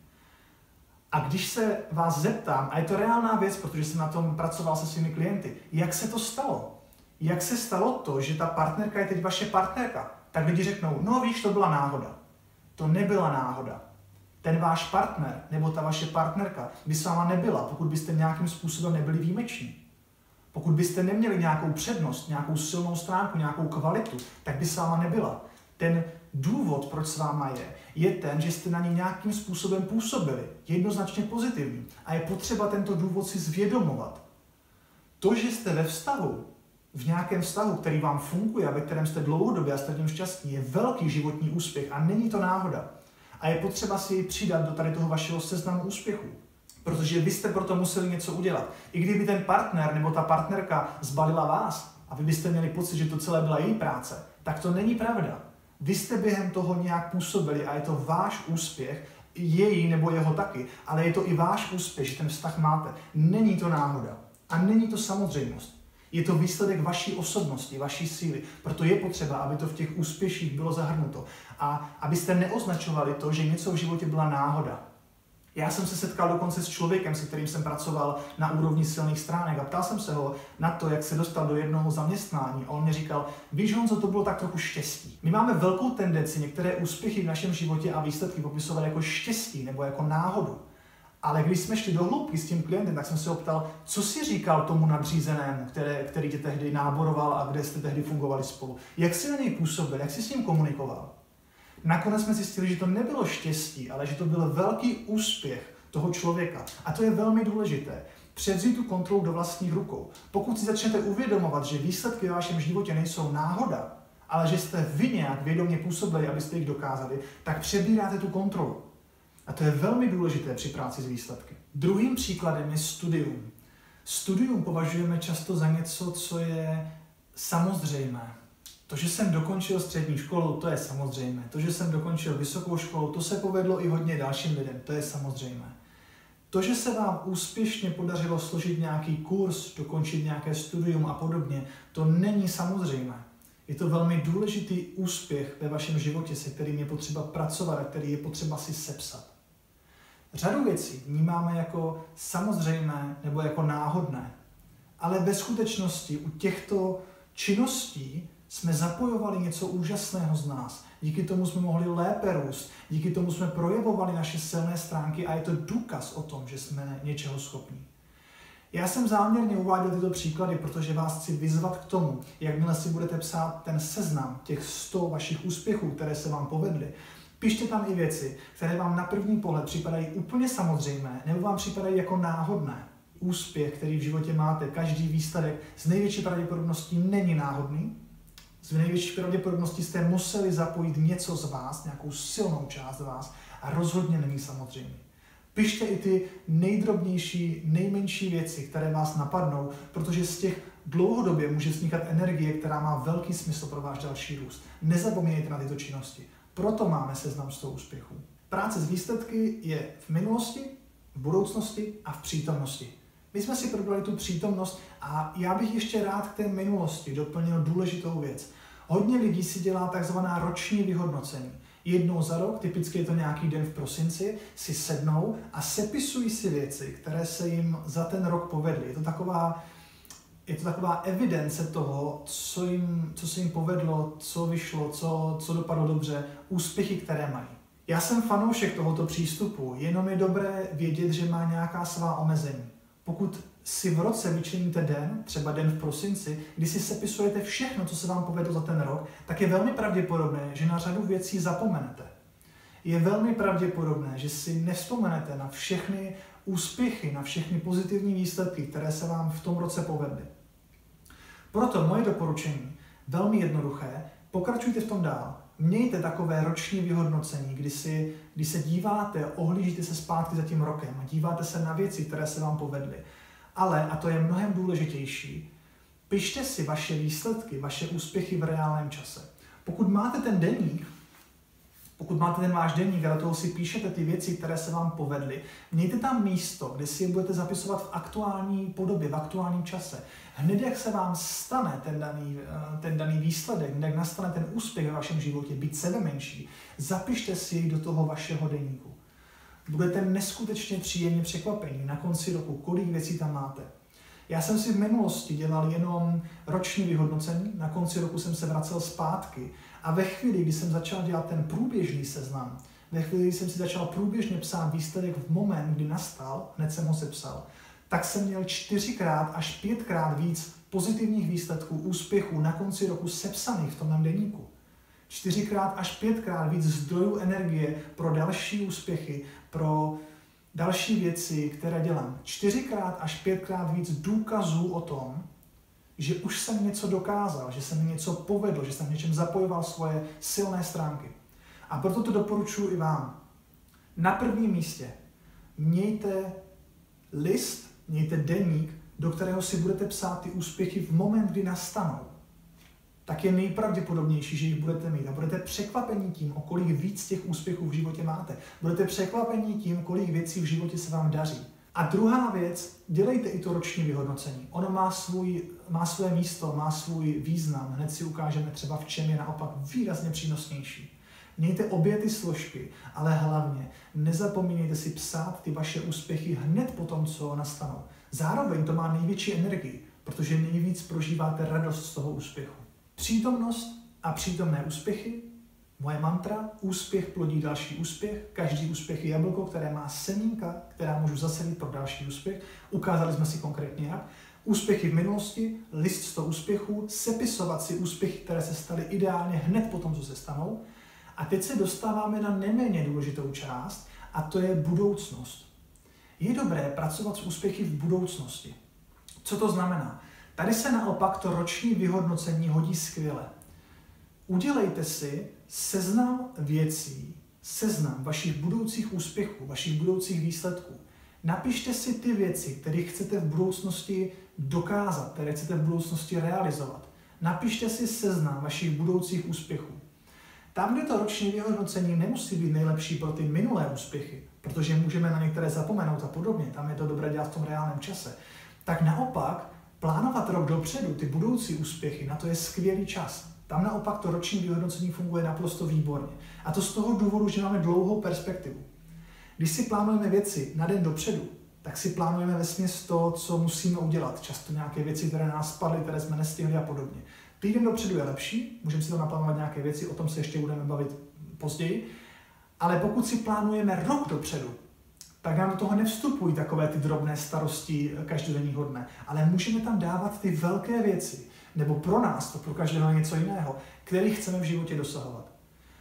A když se vás zeptám, a je to reálná věc, protože jsem na tom pracoval se svými klienty, jak se to stalo? Jak se stalo to, že ta partnerka je teď vaše partnerka? Tak lidi řeknou, no víš, to byla náhoda. To nebyla náhoda. Ten váš partner nebo ta vaše partnerka by s váma nebyla, pokud byste nějakým způsobem nebyli výjimeční. Pokud byste neměli nějakou přednost, nějakou silnou stránku, nějakou kvalitu, tak by s váma nebyla. Ten důvod, proč s váma je, je ten, že jste na ní nějakým způsobem působili, jednoznačně pozitivní. A je potřeba tento důvod si zvědomovat. To, že jste ve vztahu, v nějakém vztahu, který vám funguje a ve kterém jste dlouhodobě a jste tím šťastní, je velký životní úspěch a není to náhoda. A je potřeba si jej přidat do tady toho vašeho seznamu úspěchů. Protože vy jste proto museli něco udělat. I kdyby ten partner nebo ta partnerka zbalila vás a vy byste měli pocit, že to celé byla její práce, tak to není pravda. Vy jste během toho nějak působili a je to váš úspěch, její nebo jeho taky, ale je to i váš úspěch, že ten vztah máte. Není to náhoda a není to samozřejmost. Je to výsledek vaší osobnosti, vaší síly. Proto je potřeba, aby to v těch úspěších bylo zahrnuto. A abyste neoznačovali to, že něco v životě byla náhoda. Já jsem se setkal dokonce s člověkem, se kterým jsem pracoval na úrovni silných stránek a ptal jsem se ho na to, jak se dostal do jednoho zaměstnání. A on mi říkal, víš Honzo, to bylo tak trochu štěstí. My máme velkou tendenci některé úspěchy v našem životě a výsledky popisovat jako štěstí nebo jako náhodu. Ale když jsme šli do hloubky s tím klientem, tak jsem se ho ptal, co si říkal tomu nadřízenému, které, který tě tehdy náboroval a kde jste tehdy fungovali spolu. Jak jsi na něj působil, jak jsi s ním komunikoval? Nakonec jsme zjistili, že to nebylo štěstí, ale že to byl velký úspěch toho člověka. A to je velmi důležité. Převzít tu kontrolu do vlastních rukou. Pokud si začnete uvědomovat, že výsledky ve vašem životě nejsou náhoda, ale že jste vy nějak vědomě působili, abyste jich dokázali, tak přebíráte tu kontrolu. A to je velmi důležité při práci s výsledky. Druhým příkladem je studium. Studium považujeme často za něco, co je samozřejmé. To, že jsem dokončil střední školu, to je samozřejmé. To, že jsem dokončil vysokou školu, to se povedlo i hodně dalším lidem, to je samozřejmé. To, že se vám úspěšně podařilo složit nějaký kurz, dokončit nějaké studium a podobně, to není samozřejmé. Je to velmi důležitý úspěch ve vašem životě, se kterým je potřeba pracovat a který je potřeba si sepsat. Řadu věcí vnímáme jako samozřejmé nebo jako náhodné, ale ve skutečnosti u těchto činností jsme zapojovali něco úžasného z nás. Díky tomu jsme mohli lépe růst, díky tomu jsme projevovali naše silné stránky a je to důkaz o tom, že jsme něčeho schopní. Já jsem záměrně uváděl tyto příklady, protože vás chci vyzvat k tomu, jakmile si budete psát ten seznam těch sto vašich úspěchů, které se vám povedly. Pište tam i věci, které vám na první pohled připadají úplně samozřejmé, nebo vám připadají jako náhodné. Úspěch, který v životě máte, každý výsledek z největší pravděpodobností není náhodný. Z největší pravděpodobností jste museli zapojit něco z vás, nějakou silnou část z vás a rozhodně není samozřejmý. Pište i ty nejdrobnější, nejmenší věci, které vás napadnou, protože z těch dlouhodobě může vznikat energie, která má velký smysl pro váš další růst. Nezapomínejte na tyto činnosti. Proto máme seznam sto úspěchů. Práce s výsledky je v minulosti, v budoucnosti a v přítomnosti. My jsme si probrali tu přítomnost a já bych ještě rád k té minulosti doplnil důležitou věc. Hodně lidí si dělá takzvaná roční vyhodnocení. Jednou za rok, typicky je to nějaký den v prosinci, si sednou a sepisují si věci, které se jim za ten rok povedly. Je to taková, je to taková evidence toho, co, jim, co se jim povedlo, co vyšlo, co, co dopadlo dobře, úspěchy, které mají. Já jsem fanoušek tohoto přístupu, jenom je dobré vědět, že má nějaká svá omezení. Pokud si v roce vyčleníte den, třeba den v prosinci, kdy si sepisujete všechno, co se vám povedlo za ten rok, tak je velmi pravděpodobné, že na řadu věcí zapomenete. Je velmi pravděpodobné, že si nevzpomenete na všechny úspěchy, na všechny pozitivní výsledky, které se vám v tom roce povedly. Proto moje doporučení, velmi jednoduché, pokračujte v tom dál. Mějte takové roční vyhodnocení, kdy, si, kdy se díváte, ohlížíte se zpátky za tím rokem a díváte se na věci, které se vám povedly. Ale, a to je mnohem důležitější, pište si vaše výsledky, vaše úspěchy v reálném čase. Pokud máte ten deník, Pokud máte ten váš deník a do toho si píšete ty věci, které se vám povedly, mějte tam místo, kde si je budete zapisovat v aktuální podobě, v aktuálním čase. Hned jak se vám stane ten daný, ten daný výsledek, hned jak nastane ten úspěch ve vašem životě, být sebe menší, zapište si jej do toho vašeho deníku. Budete neskutečně příjemně překvapení na konci roku, kolik věcí tam máte. Já jsem si v minulosti dělal jenom roční vyhodnocení, na konci roku jsem se vracel zpátky a ve chvíli, kdy jsem začal dělat ten průběžný seznam, ve chvíli, kdy jsem si začal průběžně psát výsledek v moment, kdy nastal, hned jsem ho sepsal, tak jsem měl čtyřikrát až pětkrát víc pozitivních výsledků, úspěchů na konci roku sepsaných v tom mém deníku. Čtyřikrát až pětkrát víc zdrojů energie pro další úspěchy, pro další věci, které dělám. Čtyřikrát až pětkrát víc důkazů o tom, že už jsem něco dokázal, že jsem něco povedl, že jsem v něčem zapojoval svoje silné stránky. A proto to doporučuji i vám. Na prvním místě mějte list, mějte deník, do kterého si budete psát ty úspěchy v moment, kdy nastanou. Tak je nejpravděpodobnější, že jich budete mít. A budete překvapení tím, o kolik víc těch úspěchů v životě máte. Budete překvapení tím, kolik věcí v životě se vám daří. A druhá věc, dělejte i to roční vyhodnocení. Ono má, svůj, má své místo, má svůj význam. Hned si ukážeme třeba, v čem je naopak výrazně přínosnější. Mějte obě ty složky, ale hlavně nezapomínejte si psát ty vaše úspěchy hned po tom, co nastanou. Zároveň to má největší energii, protože nejvíc prožíváte radost z toho úspěchu. Přítomnost a přítomné úspěchy. Moje mantra, úspěch plodí další úspěch. Každý úspěch je jablko, které má semínka, která můžu zasadit pro další úspěch. Ukázali jsme si konkrétně jak. Úspěchy v minulosti, list sto úspěchů, sepisovat si úspěchy, které se staly ideálně hned po tom, co se stanou. A teď se dostáváme na neméně důležitou část, a to je budoucnost. Je dobré pracovat s úspěchy v budoucnosti. Co to znamená? Tady se naopak to roční vyhodnocení hodí skvěle. Udělejte si seznam věcí, seznam vašich budoucích úspěchů, vašich budoucích výsledků. Napište si ty věci, které chcete v budoucnosti dokázat, které chcete v budoucnosti realizovat. Napište si seznam vašich budoucích úspěchů. Tam, kde to roční vyhodnocení nemusí být nejlepší pro ty minulé úspěchy, protože můžeme na některé zapomenout a podobně, tam je to dobré dělat v tom reálném čase, tak naopak plánovat rok dopředu ty budoucí úspěchy, na to je skvělý čas. Tam naopak to roční vyhodnocení funguje naprosto výborně. A to z toho důvodu, že máme dlouhou perspektivu. Když si plánujeme věci na den dopředu, tak si plánujeme vesměs to, co musíme udělat. Často nějaké věci, které nás spadly, které jsme nestihli a podobně. Týden dopředu je lepší, můžeme si to naplánovat nějaké věci, o tom se ještě budeme bavit později. Ale pokud si plánujeme rok dopředu, tak nám do toho nevstupují takové ty drobné starosti každodenního dne, ale můžeme tam dávat ty velké věci, nebo pro nás, to pro každého něco jiného, který chceme v životě dosahovat.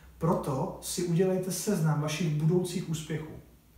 Proto si udělejte seznam vašich budoucích úspěchů.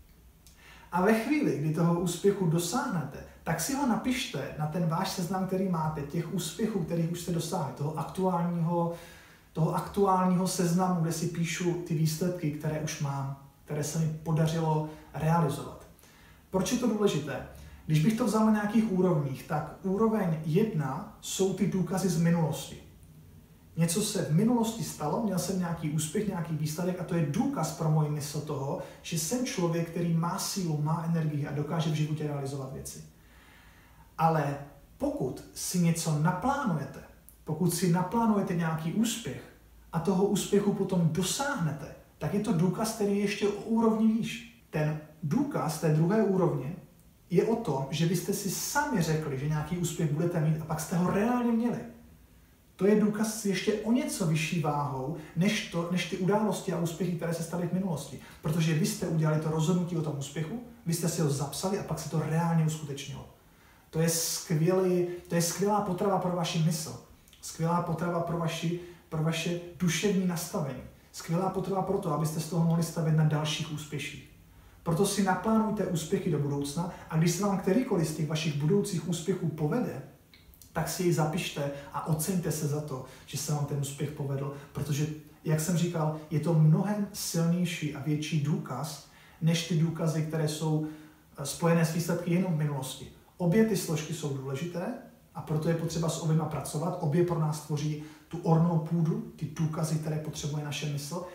A ve chvíli, kdy toho úspěchu dosáhnete, tak si ho napište na ten váš seznam, který máte, těch úspěchů, kterých už jste dosáhli, toho aktuálního, toho aktuálního seznamu, kde si píšu ty výsledky, které už mám, které se mi podařilo realizovat. Proč je to důležité? Když bych to vzal na nějakých úrovních, tak úroveň jedna jsou ty důkazy z minulosti. Něco se v minulosti stalo, měl jsem nějaký úspěch, nějaký výsledek a to je důkaz pro moji mysl toho, že jsem člověk, který má sílu, má energii a dokáže v životě realizovat věci. Ale pokud si něco naplánujete, pokud si naplánujete nějaký úspěch a toho úspěchu potom dosáhnete, tak je to důkaz, který je ještě o úrovni výš. Ten důkaz té druhé úrovně je o tom, že vy jste si sami řekli, že nějaký úspěch budete mít a pak jste ho reálně měli. To je důkaz ještě o něco vyšší váhou, než, to, než ty události a úspěchy, které se staly v minulosti. Protože vy jste udělali to rozhodnutí o tom úspěchu, vy jste si ho zapsali a pak se to reálně uskutečnilo. To je, skvělý, to je skvělá potrava pro vaši mysl. Skvělá potrava pro, vaši, pro vaše duševní nastavení. Skvělá potrava pro to, abyste z toho mohli stavět na dalších úspěších. Proto si naplánujte úspěchy do budoucna a když se vám kterýkoliv z těch vašich budoucích úspěchů povede, tak si jej zapište a oceňte se za to, že se vám ten úspěch povedl, protože, jak jsem říkal, je to mnohem silnější a větší důkaz, než ty důkazy, které jsou spojené s výsledky jenom v minulosti. Obě ty složky jsou důležité a proto je potřeba s oběma pracovat. Obě pro nás tvoří tu ornou půdu, ty důkazy, které potřebuje naše mysl.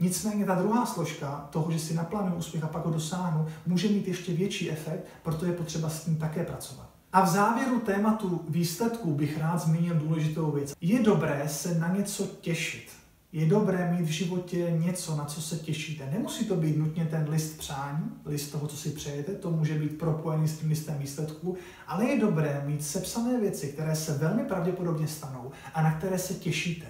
Nicméně ta druhá složka toho, že si naplánuju úspěch a pak ho dosáhnu, může mít ještě větší efekt, proto je potřeba s tím také pracovat. A v závěru tématu výsledků bych rád zmínil důležitou věc. Je dobré se na něco těšit. Je dobré mít v životě něco, na co se těšíte. Nemusí to být nutně ten list přání, list toho, co si přejete, to může být propojený s tím listem výsledků, ale je dobré mít sepsané věci, které se velmi pravděpodobně stanou a na které se těšíte.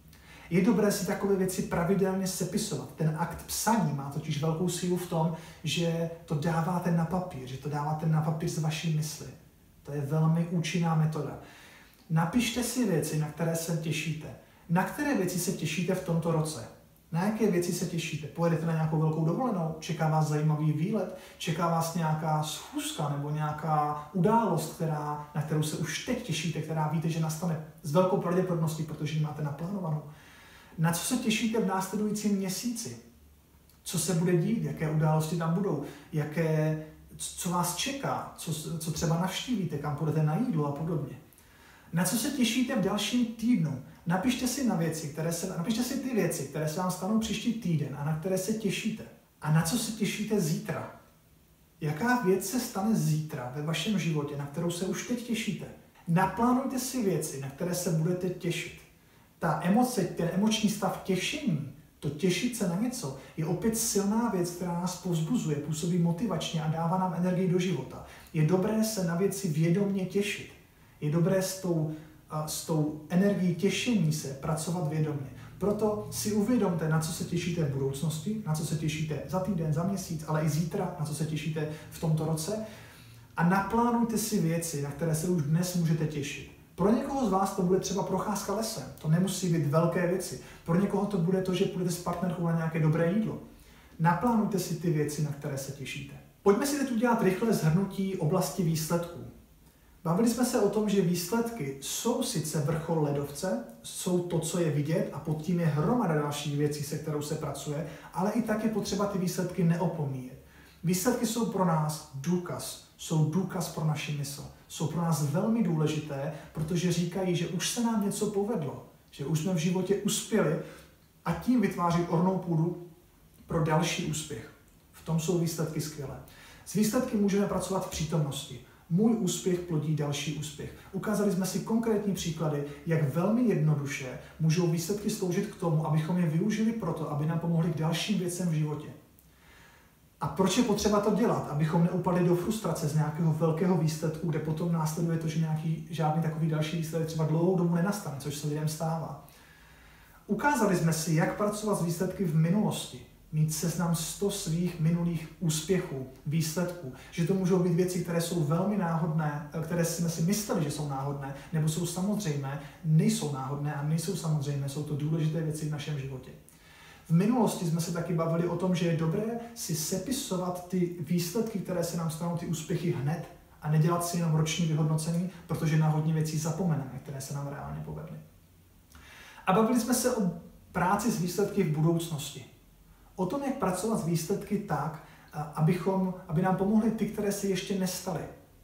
Je dobré si takové věci pravidelně sepisovat. Ten akt psaní má totiž velkou sílu v tom, že to dáváte na papír, že to dáváte na papír z vaší mysli. To je velmi účinná metoda. Napište si věci, na které se těšíte. Na které věci se těšíte v tomto roce? Na jaké věci se těšíte? Pojedete na nějakou velkou dovolenou? Čeká vás zajímavý výlet? Čeká vás nějaká schůzka nebo nějaká událost, která, na kterou se už teď těšíte, která víte, že nastane s velkou pravděpodobností, protože ji máte naplánovanou? Na co se těšíte v následujícím měsíci? Co se bude dít? Jaké události tam budou? Jaké, co vás čeká? Co, co třeba navštívíte? Kam půjdete na jídlo a podobně? Na co se těšíte v dalším týdnu? Napište si na věci, které se, napište si ty věci, které se vám stanou příští týden a na které se těšíte. A na co se těšíte zítra? Jaká věc se stane zítra ve vašem životě, na kterou se už teď těšíte? Naplánujte si věci, na které se budete těšit. Ta emoce, ten emoční stav těšení, to těšit se na něco, je opět silná věc, která nás povzbuzuje, působí motivačně a dává nám energii do života. Je dobré se na věci vědomě těšit. Je dobré s tou, s tou energií těšení se pracovat vědomě. Proto si uvědomte, na co se těšíte v budoucnosti, na co se těšíte za týden, za měsíc, ale i zítra, na co se těšíte v tomto roce a naplánujte si věci, na které se už dnes můžete těšit. Pro někoho z vás to bude třeba procházka lesem, to nemusí být velké věci. Pro někoho to bude to, že půjdete s partnerkou na nějaké dobré jídlo. Naplánujte si ty věci, na které se těšíte. Pojďme si teď udělat rychlé shrnutí oblasti výsledků. Bavili jsme se o tom, že výsledky jsou sice vrchol ledovce, jsou to, co je vidět a pod tím je hromada dalších věcí, se kterou se pracuje, ale i tak je potřeba ty výsledky neopomíjet. Výsledky jsou pro nás důkaz, jsou důkaz pro naši mysl. Jsou pro nás velmi důležité, protože říkají, že už se nám něco povedlo, že už jsme v životě uspěli a tím vytváří ornou půdu pro další úspěch. V tom jsou výsledky skvělé. S výsledky můžeme pracovat v přítomnosti. Můj úspěch plodí další úspěch. Ukázali jsme si konkrétní příklady, jak velmi jednoduše můžou výsledky sloužit k tomu, abychom je využili proto, aby nám pomohli k dalším věcem v životě. A proč je potřeba to dělat? Abychom neupadli do frustrace z nějakého velkého výsledku, kde potom následuje to, že nějaký žádný takový další výsledek třeba dlouhou dobu nenastane, což se lidem stává. Ukázali jsme si, jak pracovat s výsledky v minulosti. Mít seznam sto svých minulých úspěchů, výsledků. Že to můžou být věci, které jsou velmi náhodné, které jsme si mysleli, že jsou náhodné, nebo jsou samozřejmé, nejsou náhodné a nejsou samozřejmé, jsou to důležité věci v našem životě. V minulosti jsme se taky bavili o tom, že je dobré si sepisovat ty výsledky, které se nám stanou, ty úspěchy hned a nedělat si jenom roční vyhodnocení, protože na hodně věcí zapomeneme, které se nám reálně povedly. A bavili jsme se o práci s výsledky v budoucnosti. O tom, jak pracovat s výsledky tak, abychom, aby nám pomohly ty, které se ještě nestaly.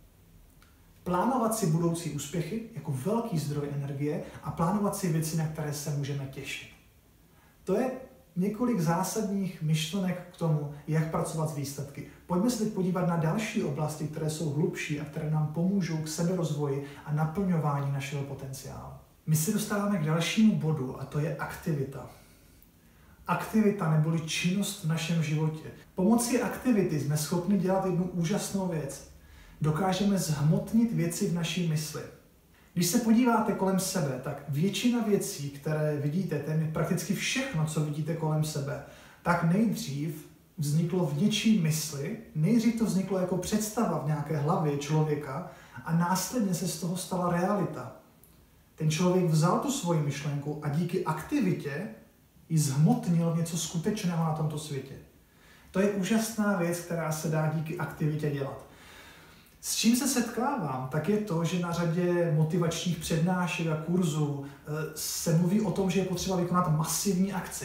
Plánovat si budoucí úspěchy jako velký zdroj energie a plánovat si věci, na které se můžeme těšit. To je několik zásadních myšlenek k tomu, jak pracovat s výsledky. Pojďme se teď podívat na další oblasti, které jsou hlubší a které nám pomůžou k seberozvoji a naplňování našeho potenciálu. My se dostáváme k dalšímu bodu a to je aktivita. Aktivita neboli činnost v našem životě. Pomocí aktivity jsme schopni dělat jednu úžasnou věc. Dokážeme zhmotnit věci v naší mysli. Když se podíváte kolem sebe, tak většina věcí, které vidíte, téměř prakticky všechno, co vidíte kolem sebe, tak nejdřív vzniklo v něčí mysli, nejdřív to vzniklo jako představa v nějaké hlavě člověka a následně se z toho stala realita. Ten člověk vzal tu svoji myšlenku a díky aktivitě ji zhmotnil v něco skutečného na tomto světě. To je úžasná věc, která se dá díky aktivitě dělat. S čím se setkávám, tak je to, že na řadě motivačních přednášek a kurzů se mluví o tom, že je potřeba vykonat masivní akci.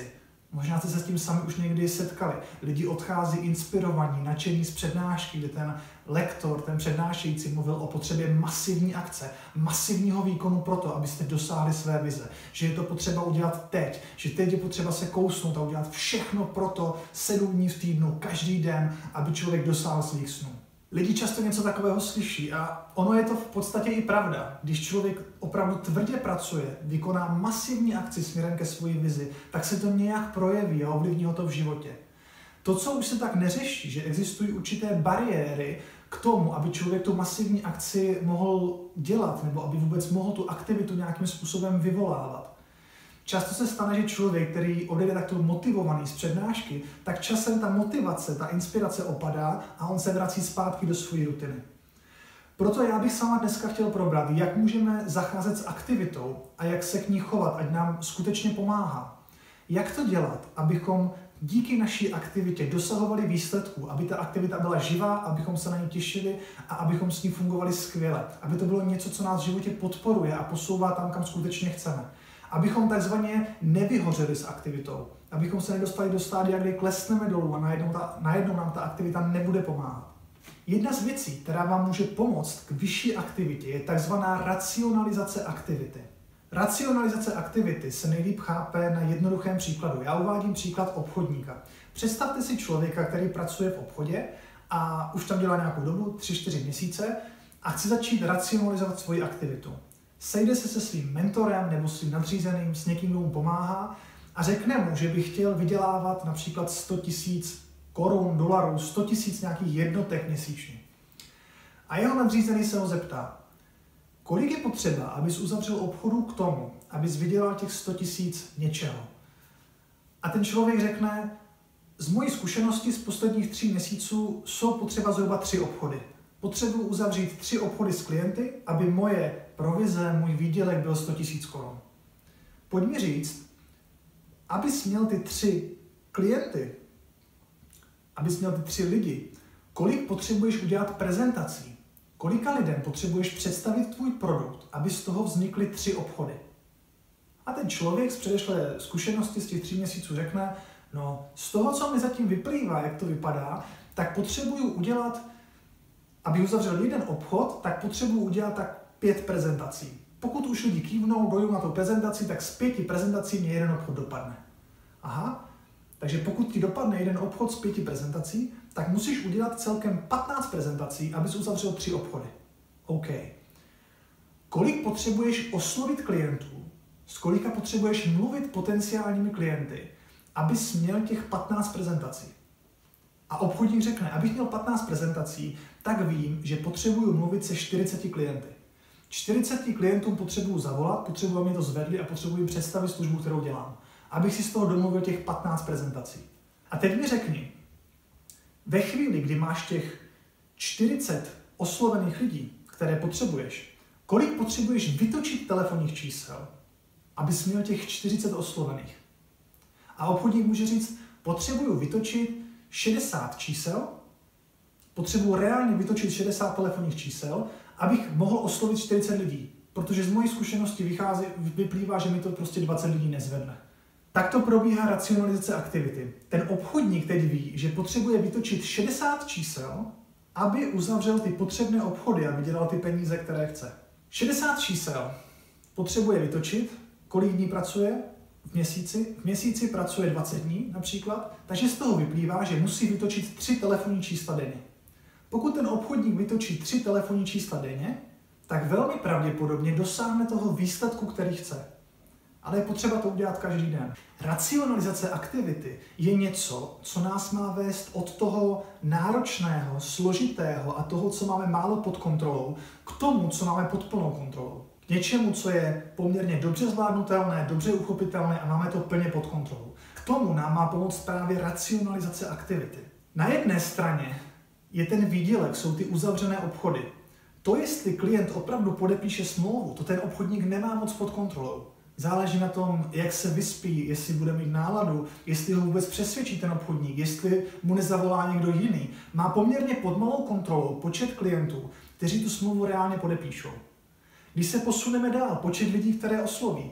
Možná jste se s tím sami už někdy setkali. Lidi odchází inspirovaní, nadšení z přednášky, kde ten lektor, ten přednášející mluvil o potřebě masivní akce, masivního výkonu pro to, abyste dosáhli své vize. Že je to potřeba udělat teď, že teď je potřeba se kousnout a udělat všechno pro to sedm dní v týdnu, každý den, aby člověk dosáhl svých snů. Lidi často něco takového slyší a ono je to v podstatě i pravda. Když člověk opravdu tvrdě pracuje, vykoná masivní akci směrem ke své vizi, tak se to nějak projeví a ovlivní ho to v životě. To, co už se tak neřeší, že existují určité bariéry k tomu, aby člověk tu masivní akci mohl dělat nebo aby vůbec mohl tu aktivitu nějakým způsobem vyvolávat. Často se stane, že člověk, který odejde takto motivovaný z přednášky, tak časem ta motivace, ta inspirace opadá a on se vrací zpátky do své rutiny. Proto já bych s váma dneska chtěl probrat, jak můžeme zacházet s aktivitou a jak se k ní chovat, ať nám skutečně pomáhá. Jak to dělat, abychom díky naší aktivitě dosahovali výsledků, aby ta aktivita byla živá, abychom se na ní těšili a abychom s ní fungovali skvěle. Aby to bylo něco, co nás v životě podporuje a posouvá tam, kam skutečně chceme. Abychom takzvaně nevyhořeli s aktivitou. Abychom se nedostali do stádia, kdy klesneme dolů a najednou, ta, najednou nám ta aktivita nebude pomáhat. Jedna z věcí, která vám může pomoct k vyšší aktivitě, je takzvaná racionalizace aktivity. Racionalizace aktivity se nejlíp chápe na jednoduchém příkladu. Já uvádím příklad obchodníka. Představte si člověka, který pracuje v obchodě a už tam dělá nějakou dobu, tři čtyři měsíce, a chce začít racionalizovat svoji aktivitu. Sejde se se svým mentorem nebo svým nadřízeným, s někým, kdo mu pomáhá a řekne mu, že by chtěl vydělávat například sto tisíc korun, dolarů, sto tisíc nějakých jednotek měsíčně. A jeho nadřízený se ho zeptá, kolik je potřeba, abys uzavřel obchodu k tomu, abys vydělal těch sto tisíc něčeho. A ten člověk řekne, z mojí zkušenosti z posledních tří měsíců jsou potřeba zhruba tři obchody. Potřebuji uzavřít tři obchody s klienty, aby moje provize, můj výdělek byl sto tisíc korun. Pojď mi říct, abys měl ty tři klienty, abys měl ty tři lidi, kolik potřebuješ udělat prezentací, kolika lidem potřebuješ představit tvůj produkt, aby z toho vznikly tři obchody. A ten člověk z předešlé zkušenosti z těch tří měsíců řekne, no z toho, co mi zatím vyplývá, jak to vypadá, tak potřebuju udělat, aby uzavřel jeden obchod, tak potřebuju udělat tak pět prezentací. Pokud už lidi kývnou, dojdou na tu prezentaci, tak z pěti prezentací mě jeden obchod dopadne. Aha, takže pokud ti dopadne jeden obchod z pěti prezentací, tak musíš udělat celkem patnáct prezentací, abys uzavřel tři obchody. OK. Kolik potřebuješ oslovit klientů, s kolika potřebuješ mluvit potenciálními klienty, abys měl těch patnáct prezentací? A obchodník řekne, abych měl patnáct prezentací, tak vím, že potřebuju mluvit se čtyřiceti klienty. čtyřiceti klientům potřebuju zavolat, potřebuju, aby mě to zvedli a potřebuji jim představit službu, kterou dělám. Abych si z toho domluvil těch patnáct prezentací. A teď mi řekni, ve chvíli, kdy máš těch čtyřicet oslovených lidí, které potřebuješ, kolik potřebuješ vytočit telefonních čísel, abys měl těch čtyřicet oslovených? A obchodník může říct, potřebuju vytočit šedesát čísel, potřebuji reálně vytočit šedesát telefonních čísel, abych mohl oslovit čtyřicet lidí, protože z mojí zkušenosti vychází, vyplývá, že mi to prostě dvacet lidí nezvedne. Tak to probíhá racionalizace aktivity. Ten obchodník teď ví, že potřebuje vytočit šedesát čísel, aby uzavřel ty potřebné obchody a vydělal ty peníze, které chce. šedesát čísel potřebuje vytočit, kolik dní pracuje v měsíci. V měsíci pracuje dvacet dní například, takže z toho vyplývá, že musí vytočit tři telefonní čísla denně. Pokud ten obchodník vytočí tři telefonní čísla denně, tak velmi pravděpodobně dosáhne toho výsledku, který chce. Ale je potřeba to udělat každý den. Racionalizace aktivity je něco, co nás má vést od toho náročného, složitého a toho, co máme málo pod kontrolou, k tomu, co máme pod plnou kontrolou. K něčemu, co je poměrně dobře zvládnutelné, dobře uchopitelné a máme to plně pod kontrolou. K tomu nám má pomoct právě racionalizace aktivity. Na jedné straně je ten výdělek, jsou ty uzavřené obchody. To, jestli klient opravdu podepíše smlouvu, to ten obchodník nemá moc pod kontrolou. Záleží na tom, jak se vyspí, jestli bude mít náladu, jestli ho vůbec přesvědčí ten obchodník, jestli mu nezavolá někdo jiný. Má poměrně pod malou kontrolou počet klientů, kteří tu smlouvu reálně podepíšou. Když se posuneme dál, počet lidí, které osloví.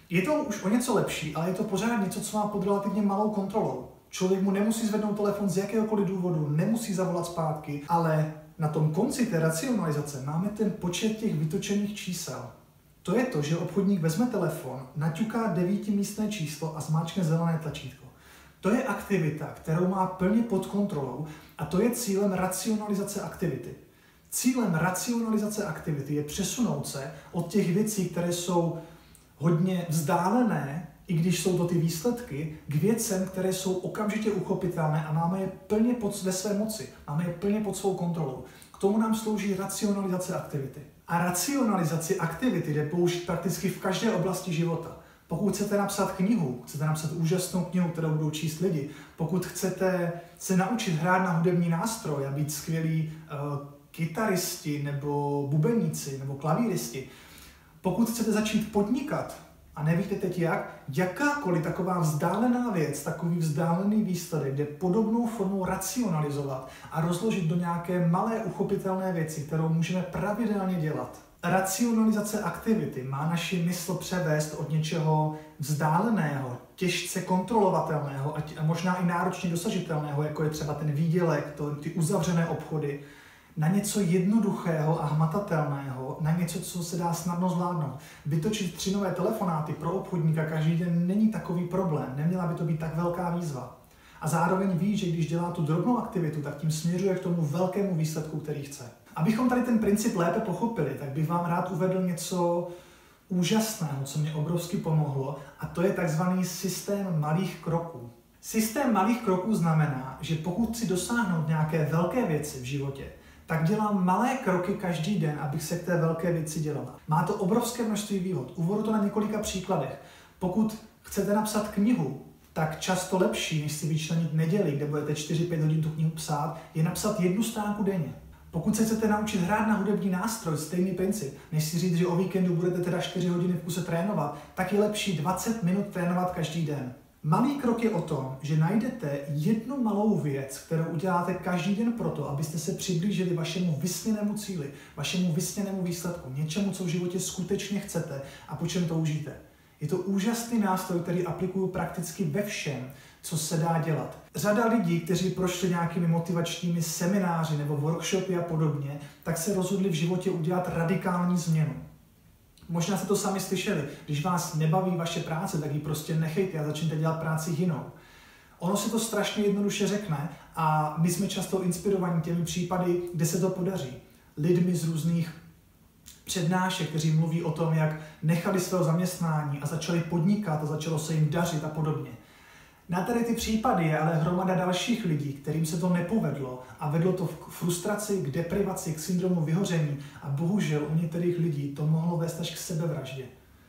Je to už o něco lepší, ale je to pořád něco, co má pod relativně malou kontrolou. Člověk mu nemusí zvednout telefon z jakéhokoliv důvodu, nemusí zavolat zpátky, ale na tom konci té racionalizace máme ten počet těch vytočených čísel. To je to, že obchodník vezme telefon, naťuká devítimístné číslo a zmáčkne zelené tlačítko. To je aktivita, kterou má plně pod kontrolou a to je cílem racionalizace aktivity. Cílem racionalizace aktivity je přesunout se od těch věcí, které jsou hodně vzdálené, i když jsou to ty výsledky, k věcem, které jsou okamžitě uchopitelné a máme je plně pod, ve své moci, máme je plně pod svou kontrolou. K tomu nám slouží racionalizace aktivity. A racionalizaci aktivity jde použít prakticky v každé oblasti života. Pokud chcete napsat knihu, chcete napsat úžasnou knihu, kterou budou číst lidi, pokud chcete se naučit hrát na hudební nástroj a být skvělí uh, kytaristi nebo bubeníci nebo klavíristi, pokud chcete začít podnikat a nevíte teď jak, jakákoliv taková vzdálená věc, takový vzdálený výsledek, jde podobnou formou racionalizovat a rozložit do nějaké malé uchopitelné věci, kterou můžeme pravidelně dělat. Racionalizace aktivity má naši mysl převést od něčeho vzdáleného, těžce kontrolovatelného a možná i náročně dosažitelného, jako je třeba ten výdělek, to, ty uzavřené obchody, na něco jednoduchého a hmatatelného, na něco, co se dá snadno zvládnout. Vytočit tři nové telefonáty pro obchodníka každý den není takový problém, neměla by to být tak velká výzva. A zároveň ví, že když dělá tu drobnou aktivitu, tak tím směřuje k tomu velkému výsledku, který chce. Abychom tady ten princip lépe pochopili, tak bych vám rád uvedl něco úžasného, co mě obrovsky pomohlo, a to je takzvaný systém malých kroků. Systém malých kroků znamená, že pokud chci dosáhnout nějaké velké věci v životě, tak dělám malé kroky každý den, abych se k té velké věci dělala. Má to obrovské množství výhod. Uvedu to na několika příkladech. Pokud chcete napsat knihu, tak často lepší, než si vyčlenit neděli, kde budete čtyři pět hodin tu knihu psát, je napsat jednu stránku denně. Pokud se chcete naučit hrát na hudební nástroj, stejný princip, než si říct, že o víkendu budete teda čtyři hodiny v kuse trénovat, tak je lepší dvacet minut trénovat každý den. Malý krok je o tom, že najdete jednu malou věc, kterou uděláte každý den proto, abyste se přiblížili vašemu vysněnému cíli, vašemu vysněnému výsledku, něčemu, co v životě skutečně chcete a po čem toužíte. Je to úžasný nástroj, který aplikuju prakticky ve všem, co se dá dělat. Řada lidí, kteří prošli nějakými motivačními semináři nebo workshopy a podobně, tak se rozhodli v životě udělat radikální změnu. Možná jste to sami slyšeli, když vás nebaví vaše práce, tak ji prostě nechejte a začněte dělat práci jinou. Ono se to strašně jednoduše řekne a my jsme často inspirovaní těmi případy, kde se to podaří. Lidmi z různých přednášek, kteří mluví o tom, jak nechali svého zaměstnání a začali podnikat a začalo se jim dařit a podobně. Na tady ty případy je ale hromada dalších lidí, kterým se to nepovedlo a vedlo to k frustraci, k deprivaci, k syndromu vyhoření a bohužel u některých lidí to mohlo vést až k sebevraždě.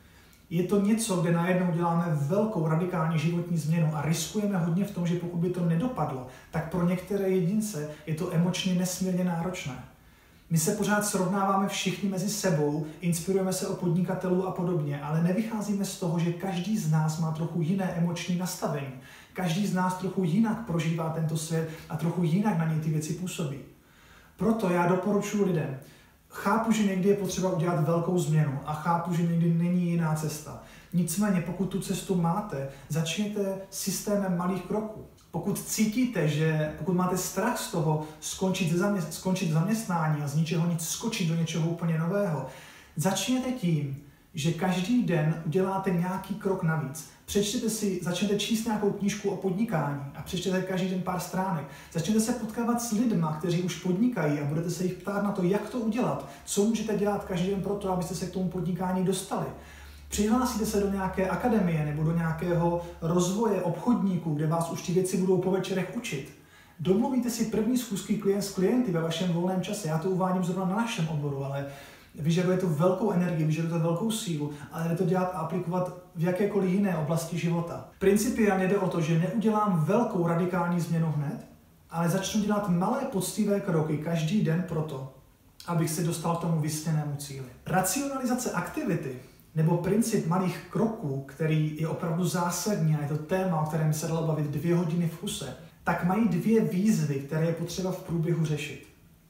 Je to něco, kde najednou děláme velkou radikální životní změnu a riskujeme hodně v tom, že pokud by to nedopadlo, tak pro některé jedince je to emočně nesmírně náročné. My se pořád srovnáváme všichni mezi sebou, inspirujeme se o podnikatelů a podobně, ale nevycházíme z toho, že každý z nás má trochu jiné emoční nastavení. Každý z nás trochu jinak prožívá tento svět a trochu jinak na něj ty věci působí. Proto já doporučuji lidem, chápu, že někdy je potřeba udělat velkou změnu a chápu, že někdy není jiná cesta. Nicméně, pokud tu cestu máte, začněte systémem malých kroků. Pokud cítíte, že pokud máte strach z toho skončit, zamě, skončit v zaměstnání a z ničeho nic skočit do něčeho úplně nového, začněte tím, že každý den uděláte nějaký krok navíc. Přečtěte si, začněte číst nějakou knížku o podnikání a přečtěte každý den pár stránek. Začněte se potkávat s lidma, kteří už podnikají a budete se jich ptát na to, jak to udělat, co můžete dělat každý den pro to, abyste se k tomu podnikání dostali. Přihlásíte se do nějaké akademie nebo do nějakého rozvoje obchodníků, kde vás už ty věci budou po večerech učit. Domluvíte si první schůzky klient s klienty ve vašem volném čase. Já to uvádím zrovna na našem oboru, ale vyžaduje to velkou energii, vyžaduje to velkou sílu, ale jde to dělat a aplikovat v jakékoliv jiné oblasti života. Principiálně jde o to, že neudělám velkou radikální změnu hned, ale začnu dělat malé poctivé kroky každý den proto, abych se dostal k tomu vysněnému cíli. Racionalizace aktivity nebo princip malých kroků, který je opravdu zásadní a je to téma, o kterém se dalo bavit dvě hodiny v kuse, tak mají dvě výzvy, které je potřeba v průběhu řešit.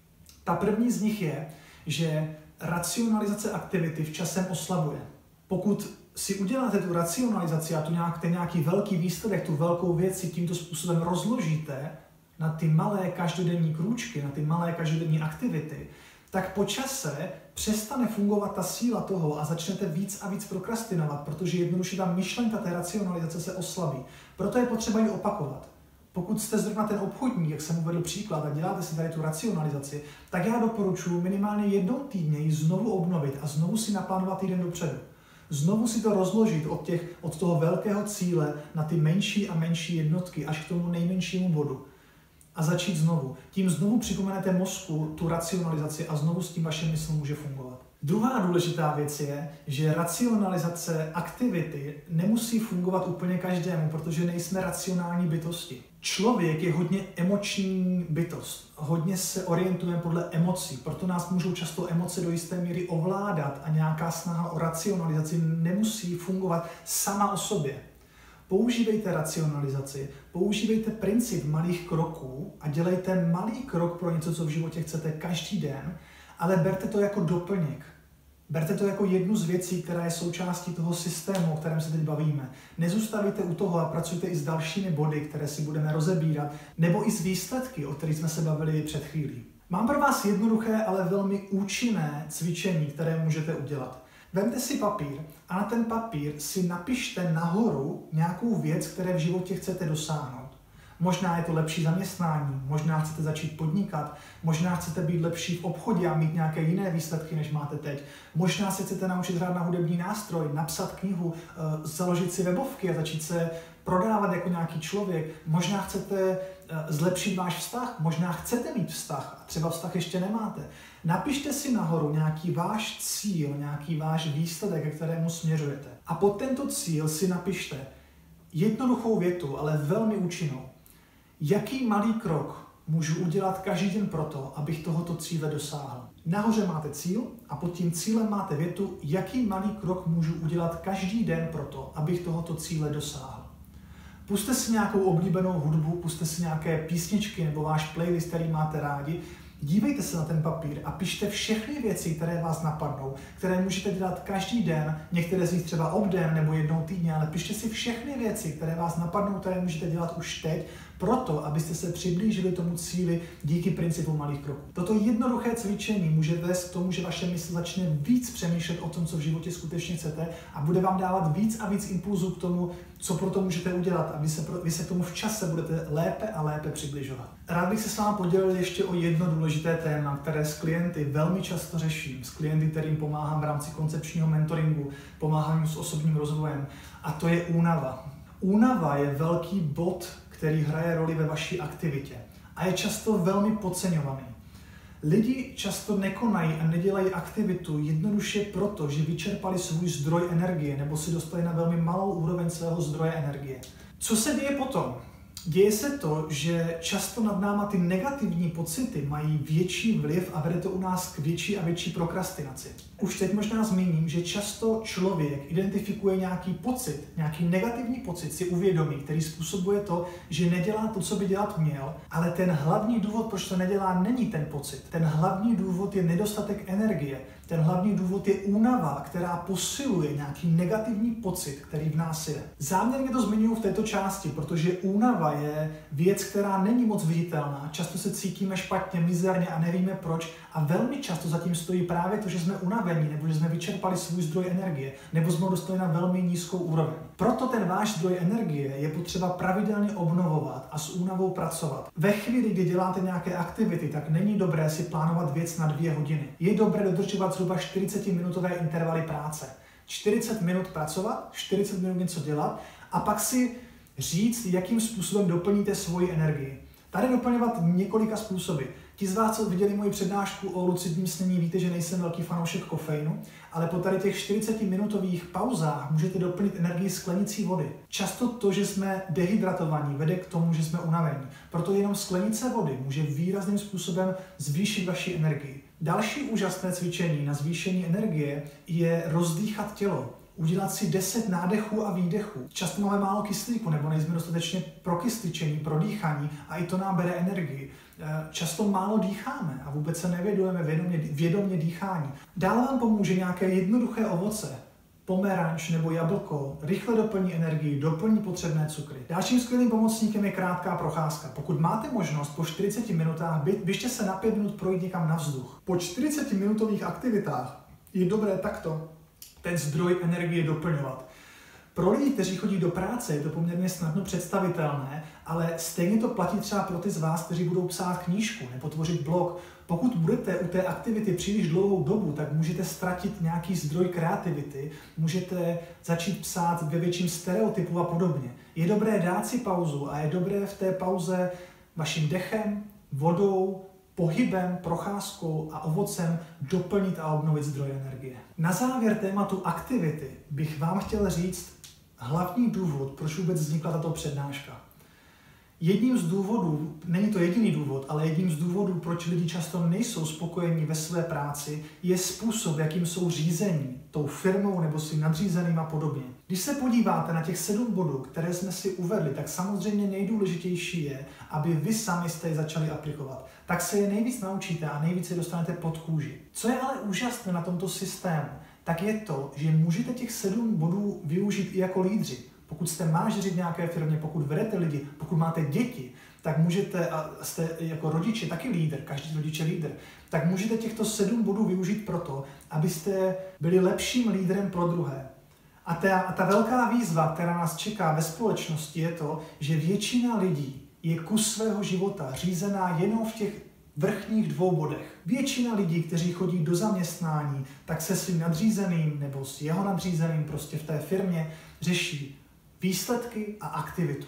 Ta první z nich je, že racionalizace aktivity v časem oslabuje. Pokud si uděláte tu racionalizaci a tu nějak, ten nějaký velký výsledek, tu velkou věc si tímto způsobem rozložíte na ty malé každodenní krůčky, na ty malé každodenní aktivity, tak po čase přestane fungovat ta síla toho a začnete víc a víc prokrastinovat, protože jednoduše ta myšlenka té racionalizace se oslabí. Proto je potřeba ji opakovat. Pokud jste zrovna ten obchodník, jak jsem uvedl příklad, a děláte si tady tu racionalizaci, tak já doporučuji minimálně jednou týdně ji znovu obnovit a znovu si naplánovat týden dopředu. Znovu si to rozložit od, těch, od toho velkého cíle na ty menší a menší jednotky až k tomu nejmenšímu bodu. A začít znovu. Tím znovu připomenete mozku tu racionalizaci a znovu s tím vaše mysl může fungovat. Druhá důležitá věc je, že racionalizace aktivity nemusí fungovat úplně každému, protože nejsme racionální bytosti. Člověk je hodně emoční bytost. Hodně se orientujeme podle emocí, proto nás můžou často emoce do jisté míry ovládat a nějaká snaha o racionalizaci nemusí fungovat sama o sobě. Používejte racionalizaci, používejte princip malých kroků a dělejte malý krok pro něco, co v životě chcete každý den, ale berte to jako doplněk. Berte to jako jednu z věcí, která je součástí toho systému, o kterém se teď bavíme. Nezůstavujte u toho a pracujte i s dalšími body, které si budeme rozebírat, nebo i s výsledky, o kterých jsme se bavili před chvílí. Mám pro vás jednoduché, ale velmi účinné cvičení, které můžete udělat. Vemte si papír a na ten papír si napište nahoru nějakou věc, které v životě chcete dosáhnout. Možná je to lepší zaměstnání, možná chcete začít podnikat, možná chcete být lepší v obchodě a mít nějaké jiné výsledky, než máte teď. Možná se chcete naučit hrát na hudební nástroj, napsat knihu, založit si webovky a začít se prodávat jako nějaký člověk. Možná chcete zlepšit váš vztah, možná chcete mít vztah a třeba vztah ještě nemáte. Napište si nahoru nějaký váš cíl, nějaký váš výsledek, ke kterému směřujete. A pod tento cíl si napište jednoduchou větu, ale velmi účinnou. Jaký malý krok můžu udělat každý den proto, abych tohoto cíle dosáhl? Nahoře máte cíl a pod tím cílem máte větu, jaký malý krok můžu udělat každý den proto, abych tohoto cíle dosáhl. Pusťte si nějakou oblíbenou hudbu, pusťte si nějaké písničky nebo váš playlist, který máte rádi. Dívejte se na ten papír a pište všechny věci, které vás napadnou, které můžete dělat každý den, některé z nich třeba obden nebo jednou týdně, ale pište si všechny věci, které vás napadnou, které můžete dělat už teď, proto, abyste se přiblížili tomu cíli díky principu malých kroků. Toto jednoduché cvičení může vést k tomu, že vaše mysl začne víc přemýšlet o tom, co v životě skutečně chcete a bude vám dávat víc a víc impulzů k tomu, co pro to můžete udělat a vy se, vy se k tomu v čase budete lépe a lépe přibližovat. Rád bych se s vámi podělil ještě o jedno důležité téma, které s klienty velmi často řeším, s klienty, kterým pomáhám v rámci koncepčního mentoringu, pomáhám jim s osobním rozvojem, a to je únava. Únava je velký bod, který hraje roli ve vaší aktivitě a je často velmi podceňovaný. Lidi často nekonají a nedělají aktivitu jednoduše proto, že vyčerpali svůj zdroj energie nebo si dostali na velmi malou úroveň svého zdroje energie. Co se děje potom? Děje se to, že často nad náma ty negativní pocity mají větší vliv a vede to u nás k větší a větší prokrastinaci. Už teď možná zmíním, že často člověk identifikuje nějaký pocit, nějaký negativní pocit si uvědomí, který způsobuje to, že nedělá to, co by dělat měl, ale ten hlavní důvod, proč to nedělá, není ten pocit. Ten hlavní důvod je nedostatek energie. Ten hlavní důvod je únava, která posiluje nějaký negativní pocit, který v nás je. Záměrně to zmiňuji v této části, protože únava je věc, která není moc viditelná. Často se cítíme špatně, mizerně a nevíme proč. A velmi často zatím stojí právě to, že jsme unavení, nebo že jsme vyčerpali svůj zdroj energie, nebo jsme ho dostali na velmi nízkou úroveň. Proto ten váš zdroj energie je potřeba pravidelně obnovovat a s únavou pracovat. Ve chvíli, kdy děláte nějaké aktivity, tak není dobré si plánovat věc na dvě hodiny. Je dobré dodržovat zhruba čtyřicetiminutové intervaly práce. čtyřicet minut pracovat, čtyřicet minut něco dělat a pak si říct, jakým způsobem doplníte svoji energii. Tady doplňovat několika způsoby. Ti z vás, co viděli moji přednášku o lucidním snění, víte, že nejsem velký fanoušek kofeinu, ale po tady těch čtyřicetiminutových pauzách můžete doplnit energii sklenicí vody. Často to, že jsme dehydratovaní, vede k tomu, že jsme unavení. Proto jenom sklenice vody může výrazným způsobem zvýšit vaši energii. Další úžasné cvičení na zvýšení energie je rozdýchat tělo. Udělat si deset nádechů a výdechů. Často máme málo kyslíku nebo nejsme dostatečně prokysličení, pro dýchání a i to nám bere energii. Často málo dýcháme a vůbec se nevědujeme vědomě, vědomě dýchání. Dále vám pomůže nějaké jednoduché ovoce. pomeranč nebo jablko rychle doplní energii, doplní potřebné cukry. Dalším skvělým pomocníkem je krátká procházka. Pokud máte možnost po čtyřiceti minutách, běžte se na pět minut projít někam na vzduch. Po čtyřicetiminutových aktivitách je dobré takto ten zdroj energie doplňovat. Pro lidi, kteří chodí do práce, je to poměrně snadno představitelné, ale stejně to platí třeba pro ty z vás, kteří budou psát knížku nebo tvořit blog. Pokud budete u té aktivity příliš dlouhou dobu, tak můžete ztratit nějaký zdroj kreativity, můžete začít psát ve větším stereotypu a podobně. Je dobré dát si pauzu a je dobré v té pauze vaším dechem, vodou, pohybem, procházkou a ovocem doplnit a obnovit zdroje energie. Na závěr tématu aktivity bych vám chtěl říct hlavní důvod, proč vůbec vznikla tato přednáška. Jedním z důvodů, není to jediný důvod, ale jedním z důvodů, proč lidi často nejsou spokojení ve své práci, je způsob, jakým jsou řízení tou firmou nebo svým nadřízeným a podobně. Když se podíváte na těch sedm bodů, které jsme si uvedli, tak samozřejmě nejdůležitější je, aby vy sami jste je začali aplikovat. Tak se je nejvíc naučíte a nejvíc je dostanete pod kůži. Co je ale úžasné na tomto systému, tak je to, že můžete těch sedm bodů využít i jako lídři. Pokud jste manažeři v nějaké firmě, pokud vedete lidi, pokud máte děti, tak můžete, a jste jako rodiče taky lídr, každý rodič je lídr, tak můžete těchto sedm bodů využít proto, abyste byli lepším lídrem pro druhé. A ta, a ta velká výzva, která nás čeká ve společnosti, je to, že většina lidí je kus svého života řízená jenom v těch vrchních dvou bodech. Většina lidí, kteří chodí do zaměstnání, tak se svým nadřízeným nebo s jeho nadřízeným prostě v té firmě řeší výsledky a aktivitu.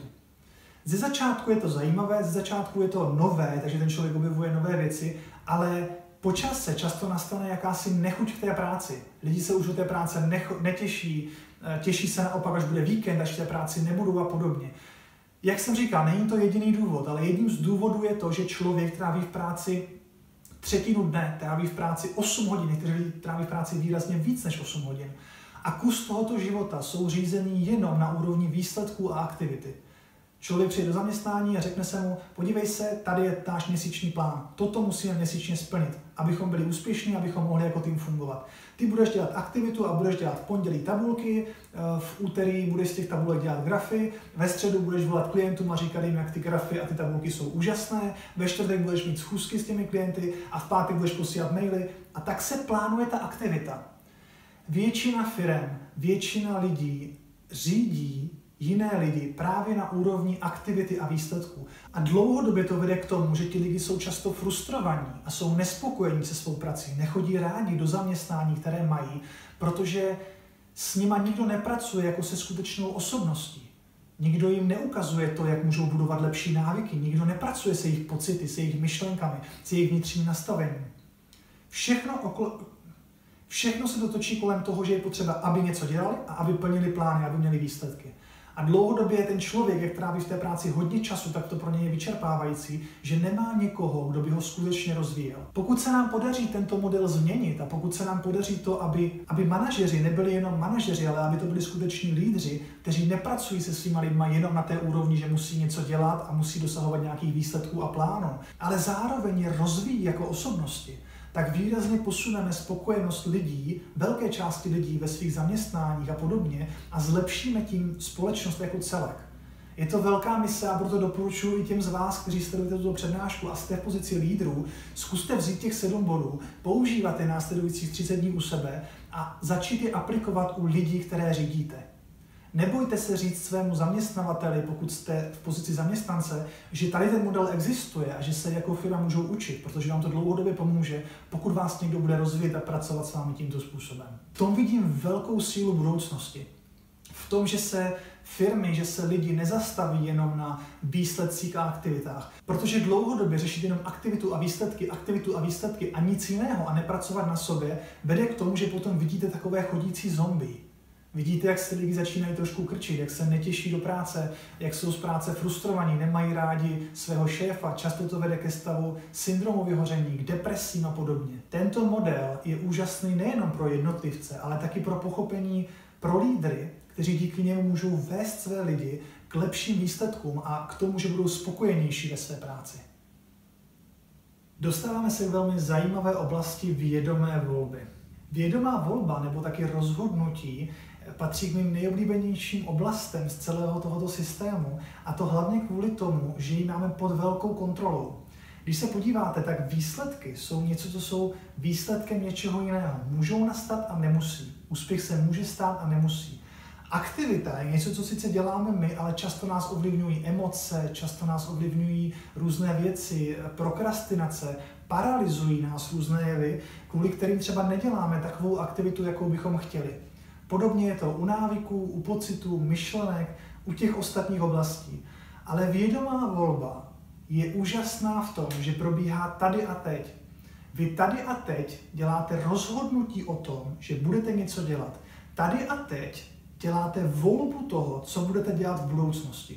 Ze začátku je to zajímavé, ze začátku je to nové, takže ten člověk objevuje nové věci, ale po čase často nastane jakási nechuť k té práci. Lidi se už do té práce necho, netěší, těší se naopak, až bude víkend, až v té práci nebudou a podobně. Jak jsem říkal, není to jediný důvod, ale jedním z důvodů je to, že člověk tráví v práci třetinu dne, tráví v práci osm hodin, někteří tráví v práci výrazně víc než osm hodin. A kus tohoto života jsou řízení jenom na úrovni výsledků a aktivity. Člověk přijde do zaměstnání a řekne se mu, podívej se, tady je náš měsíční plán. Toto musíme měsíčně splnit, abychom byli úspěšní, abychom mohli jako tým fungovat. Ty budeš dělat aktivitu a budeš dělat v pondělí tabulky, v úterý budeš z těch tabulek dělat grafy, ve středu budeš volat klientům a říkat jim, jak ty grafy a ty tabulky jsou úžasné, ve čtvrtek budeš mít schůzky s těmi klienty a v pátek budeš posílat maily. A tak se plánuje ta aktivita. Většina firem, většina lidí řídí jiné lidi právě na úrovni aktivity a výsledků. A dlouhodobě to vede k tomu, že ti lidi jsou často frustrovaní a jsou nespokojení se svou prací, nechodí rádi do zaměstnání, které mají, protože s nima nikdo nepracuje jako se skutečnou osobností. Nikdo jim neukazuje to, jak můžou budovat lepší návyky, nikdo nepracuje se jejich pocity, se jejich myšlenkami, se jejich vnitřním nastavením. Všechno okolo... Všechno se dotočí kolem toho, že je potřeba, aby něco dělali a aby plnili plány, aby měli výsledky. A dlouhodobě je ten člověk, jak tráví v té práci hodně času, tak to pro něj je vyčerpávající, že nemá někoho, kdo by ho skutečně rozvíjel. Pokud se nám podaří tento model změnit a pokud se nám podaří to, aby, aby manažeři nebyli jenom manažeři, ale aby to byli skuteční lídři, kteří nepracují se svýma lidma jenom na té úrovni, že musí něco dělat a musí dosahovat nějakých výsledků a plánů, ale zároveň je rozvíjí jako osobnosti, tak výrazně posuneme spokojenost lidí, velké části lidí ve svých zaměstnáních a podobně a zlepšíme tím společnost jako celek. Je to velká mise a proto doporučuji i těm z vás, kteří sledujete tuto přednášku a jste v pozici lídrů, zkuste vzít těch sedm bodů, používat je následujících třicet dní u sebe a začít je aplikovat u lidí, které řídíte. Nebojte se říct svému zaměstnavateli, pokud jste v pozici zaměstnance, že tady ten model existuje a že se jako firma můžou učit, protože vám to dlouhodobě pomůže, pokud vás někdo bude rozvíjet a pracovat s vámi tímto způsobem. V tom vidím velkou sílu budoucnosti. V tom, že se firmy, že se lidi nezastaví jenom na výsledcích a aktivitách. Protože dlouhodobě řešit jenom aktivitu a výsledky, aktivitu a výsledky a nic jiného a nepracovat na sobě, vede k tomu, že potom vidíte takové chodící zombie. Vidíte, jak se lidi začínají trošku krčit, jak se netěší do práce, jak jsou z práce frustrovaní, nemají rádi svého šéfa, často to vede ke stavu syndromu vyhoření, k depresím a podobně. Tento model je úžasný nejenom pro jednotlivce, ale taky pro pochopení pro lídry, kteří díky němu můžou vést své lidi k lepším výsledkům a k tomu, že budou spokojenější ve své práci. Dostáváme se k velmi zajímavé oblasti vědomé volby. Vědomá volba nebo taky rozhodnutí patří k mým nejoblíbenějším oblastem z celého tohoto systému, a to hlavně kvůli tomu, že ji máme pod velkou kontrolou. Když se podíváte, tak výsledky jsou něco, co jsou výsledkem něčeho jiného. Můžou nastat a nemusí. Úspěch se může stát a nemusí. Aktivita je něco, co sice děláme my, ale často nás ovlivňují emoce, často nás ovlivňují různé věci, prokrastinace, paralyzují nás různé jevy, kvůli kterým třeba neděláme takovou aktivitu, jakou bychom chtěli. Podobně je to u návyků, u pocitů, myšlenek, u těch ostatních oblastí. Ale vědomá volba je úžasná v tom, že probíhá tady a teď. Vy tady a teď děláte rozhodnutí o tom, že budete něco dělat. Tady a teď děláte volbu toho, co budete dělat v budoucnosti.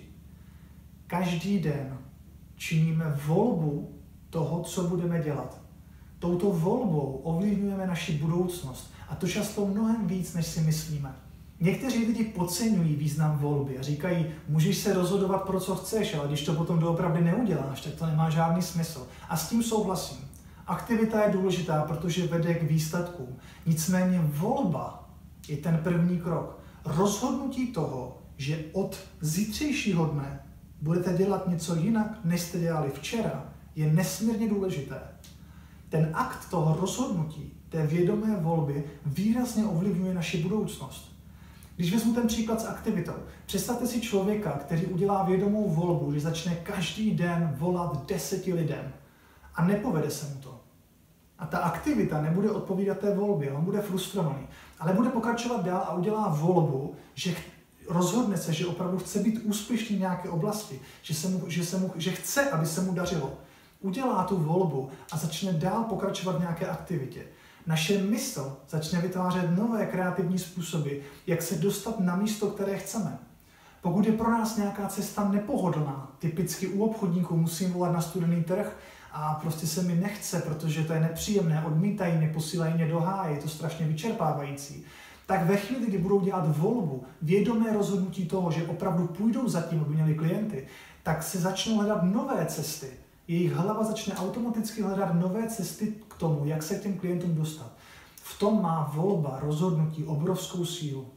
Každý den činíme volbu toho, co budeme dělat. Touto volbou ovlivňujeme naši budoucnost, a to často mnohem víc, než si myslíme. Někteří lidi podceňují význam volby a říkají, můžeš se rozhodovat pro co chceš, ale když to potom doopravdy neuděláš, tak to nemá žádný smysl. A s tím souhlasím. Aktivita je důležitá, protože vede k výsledkům. Nicméně volba je ten první krok. Rozhodnutí toho, že od zítřejšího dne budete dělat něco jinak, než jste dělali včera, je nesmírně důležité. Ten akt toho rozhodnutí, té vědomé volby, výrazně ovlivňuje naši budoucnost. Když vezmu ten příklad s aktivitou, představte si člověka, který udělá vědomou volbu, že začne každý den volat deseti lidem a nepovede se mu to. A ta aktivita nebude odpovídat té volbě, on bude frustrovaný, ale bude pokračovat dál a udělá volbu, že rozhodne se, že opravdu chce být úspěšný v nějaké oblasti, že, se mu, že, se mu, že chce, aby se mu dařilo. Udělá tu volbu a začne dál pokračovat v nějaké aktivitě. Naše mysl začne vytvářet nové kreativní způsoby, jak se dostat na místo, které chceme. Pokud je pro nás nějaká cesta nepohodlná, typicky u obchodníků musím volat na studený trh a prostě se mi nechce, protože to je nepříjemné, odmítají mě, posílají mě do háje, je to strašně vyčerpávající, tak ve chvíli, kdy budou dělat volbu, vědomé rozhodnutí toho, že opravdu půjdou za tím, aby měli klienty, tak se začnou hledat nové cesty. Jejich hlava začne automaticky hledat nové cesty k tomu, jak se k těm klientům dostat. V tom má volba, rozhodnutí obrovskou sílu.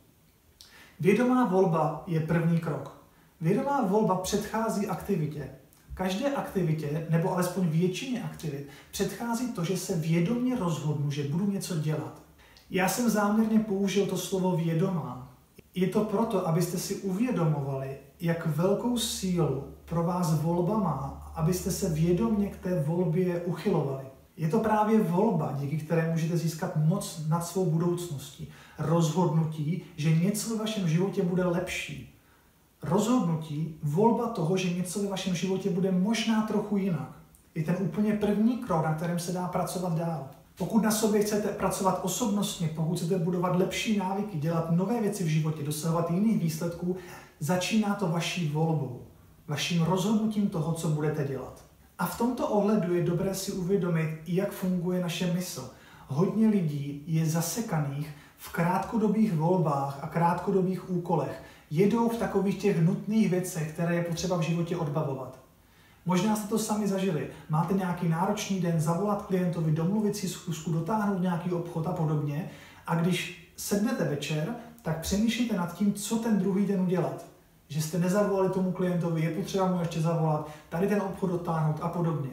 Vědomá volba je první krok. Vědomá volba předchází aktivitě. Každé aktivitě, nebo alespoň většině aktivit, předchází to, že se vědomě rozhodnu, že budu něco dělat. Já jsem záměrně použil to slovo vědomá. Je to proto, abyste si uvědomovali, jak velkou sílu pro vás volba má, abyste se vědomě k té volbě uchylovali. Je to právě volba, díky které můžete získat moc nad svou budoucností. Rozhodnutí, že něco ve vašem životě bude lepší. Rozhodnutí, volba toho, že něco ve vašem životě bude možná trochu jinak. Je ten úplně první krok, na kterém se dá pracovat dál. Pokud na sobě chcete pracovat osobnostně, pokud chcete budovat lepší návyky, dělat nové věci v životě, dosahovat jiných výsledků, začíná to vaší volbou, vaším rozhodnutím toho, co budete dělat. A v tomto ohledu je dobré si uvědomit, jak funguje naše mysl. Hodně lidí je zasekaných v krátkodobých volbách a krátkodobých úkolech. Jedou v takových těch nutných věcech, které je potřeba v životě odbavovat. Možná jste to sami zažili. Máte nějaký náročný den, zavolat klientovi, domluvit si schůzku, dotáhnout nějaký obchod a podobně. A když sednete večer, tak přemýšlíte nad tím, co ten druhý den udělat. Že jste nezavolali tomu klientovi, je potřeba mu ještě zavolat, tady ten obchod dotáhnout a podobně.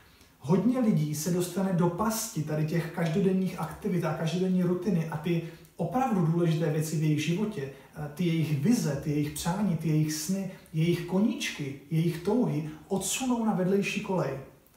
Hodně lidí se dostane do pasti tady těch každodenních aktivit a každodenní rutiny a ty opravdu důležité věci v jejich životě, ty jejich vize, ty jejich přání, ty jejich sny, jejich koníčky, jejich touhy odsunou na vedlejší kolej.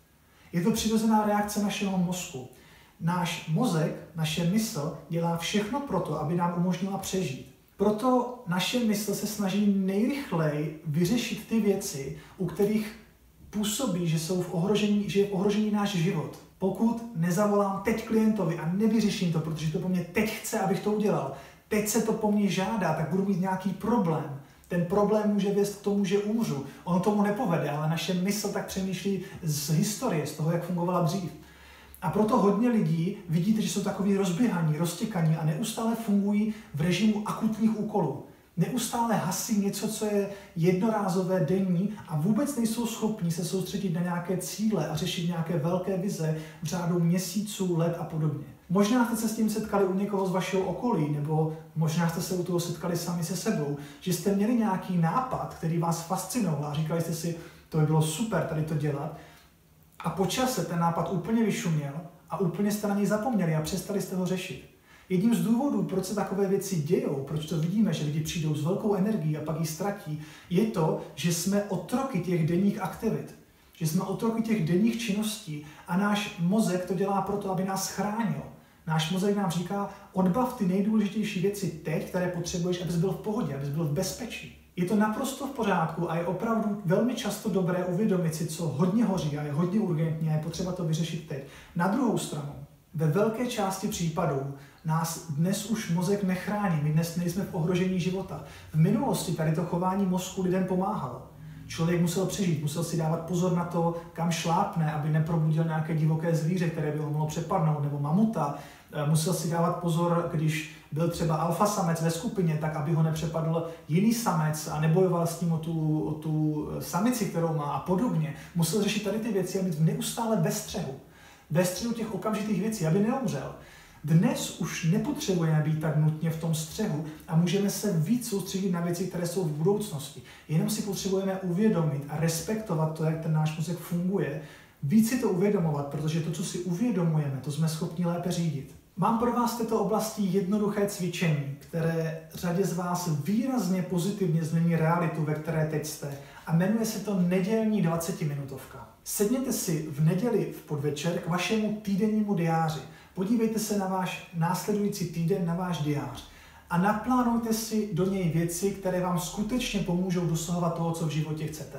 Je to přirozená reakce našeho mozku. Náš mozek, naše mysl dělá všechno proto, aby nám umožnila přežít. Proto naše mysl se snaží nejrychleji vyřešit ty věci, u kterých působí, že, jsou v ohrožení, že je v ohrožení náš život. Pokud nezavolám teď klientovi a nevyřeším to, protože to po mně teď chce, abych to udělal, teď se to po mně žádá, tak budu mít nějaký problém. Ten problém může vést k tomu, že umřu. On tomu nepovede, ale naše mysl tak přemýšlí z historie, z toho, jak fungovala dřív. A proto hodně lidí vidíte, že jsou takový rozběhaní, roztěkaní a neustále fungují v režimu akutních úkolů. Neustále hasí něco, co je jednorázové, denní a vůbec nejsou schopni se soustředit na nějaké cíle a řešit nějaké velké vize v řádu měsíců, let a podobně. Možná jste se s tím setkali u někoho z vašeho okolí, nebo možná jste se u toho setkali sami se sebou, že jste měli nějaký nápad, který vás fascinoval a říkali jste si, to by bylo super tady to dělat. A po čase ten nápad úplně vyšuměl a úplně jste na něj zapomněli a přestali jste ho řešit. Jedním z důvodů, proč se takové věci dějou, proč to vidíme, že lidi přijdou s velkou energií a pak ji ztratí, je to, že jsme otroky těch denních aktivit. Že jsme otroky těch denních činností a náš mozek to dělá proto, aby nás chránil. Náš mozek nám říká, odbav ty nejdůležitější věci teď, které potřebuješ, abys byl v pohodě, abys byl v bezpečí. Je to naprosto v pořádku a je opravdu velmi často dobré uvědomit si, co hodně hoří a je hodně urgentní a je potřeba to vyřešit teď. Na druhou stranu, ve velké části případů nás dnes už mozek nechrání, my dnes nejsme v ohrožení života. V minulosti tady to chování mozku lidem pomáhalo. Člověk musel přežít, musel si dávat pozor na to, kam šlápne, aby neprobudil nějaké divoké zvíře, které by ho mohlo přepadnout, nebo mamuta. Musel si dávat pozor, když byl třeba alfa samec ve skupině, tak aby ho nepřepadl jiný samec a nebojoval s tím o tu, o tu samici, kterou má a podobně. Musel řešit tady ty věci a být neustále ve střehu. Ve střehu těch okamžitých věcí, aby neumřel. Dnes už nepotřebujeme být tak nutně v tom střehu a můžeme se víc soustředit na věci, které jsou v budoucnosti. Jenom si potřebujeme uvědomit a respektovat to, jak ten náš mozek funguje, víc si to uvědomovat, protože to, co si uvědomujeme, to jsme schopni lépe řídit. Mám pro vás v této oblasti jednoduché cvičení, které řadě z vás výrazně pozitivně změní realitu, ve které teď jste, a jmenuje se to nedělní dvacetiminutovka. Sedněte si v neděli v podvečer k vašemu týdennímu diáři. Podívejte se na váš následující týden, na váš diář a naplánujte si do něj věci, které vám skutečně pomůžou dosahovat toho, co v životě chcete.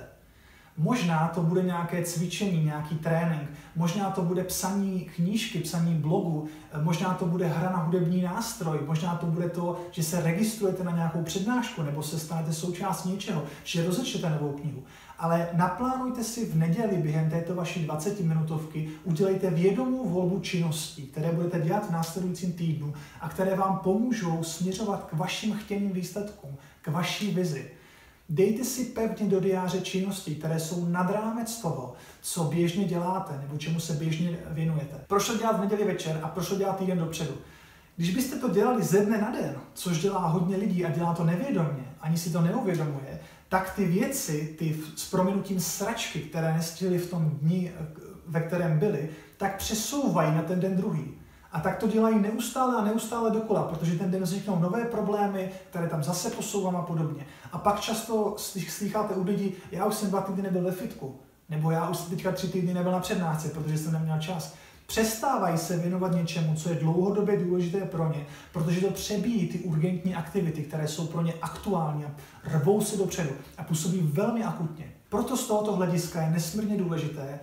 Možná to bude nějaké cvičení, nějaký trénink, možná to bude psaní knížky, psaní blogu, možná to bude hra na hudební nástroj, možná to bude to, že se registrujete na nějakou přednášku nebo se stanete součástí něčeho, že rozečtete novou knihu. Ale naplánujte si v neděli během této vaší dvacetiminutovky, udělejte vědomou volbu činností, které budete dělat v následujícím týdnu a které vám pomůžou směřovat k vašim chtěným výsledkům, k vaší vizi. Dejte si pevně do diáře činnosti, které jsou nad rámec toho, co běžně děláte nebo čemu se běžně věnujete. Proč to dělat v neděli večer a proč to dělat týden dopředu? Když byste to dělali ze dne na den, což dělá hodně lidí a dělá to nevědomě, ani si to neuvědomuje, tak ty věci, ty s prominutím sračky, které nestihli v tom dni, ve kterém byli, tak přesouvají na ten den druhý. A tak to dělají neustále a neustále dokola, protože ten den vzniknou nové problémy, které tam zase posouvám a podobně. A pak často slycháte u lidí, já už jsem dva týdny nebyl ve fitku, nebo já už jsem teďka tři týdny nebyl na přednášce, protože jsem neměl čas. Přestávají se věnovat něčemu, co je dlouhodobě důležité pro ně, protože to přebíjí ty urgentní aktivity, které jsou pro ně aktuální a rvou se dopředu a působí velmi akutně. Proto z tohoto hlediska je nesmírně důležité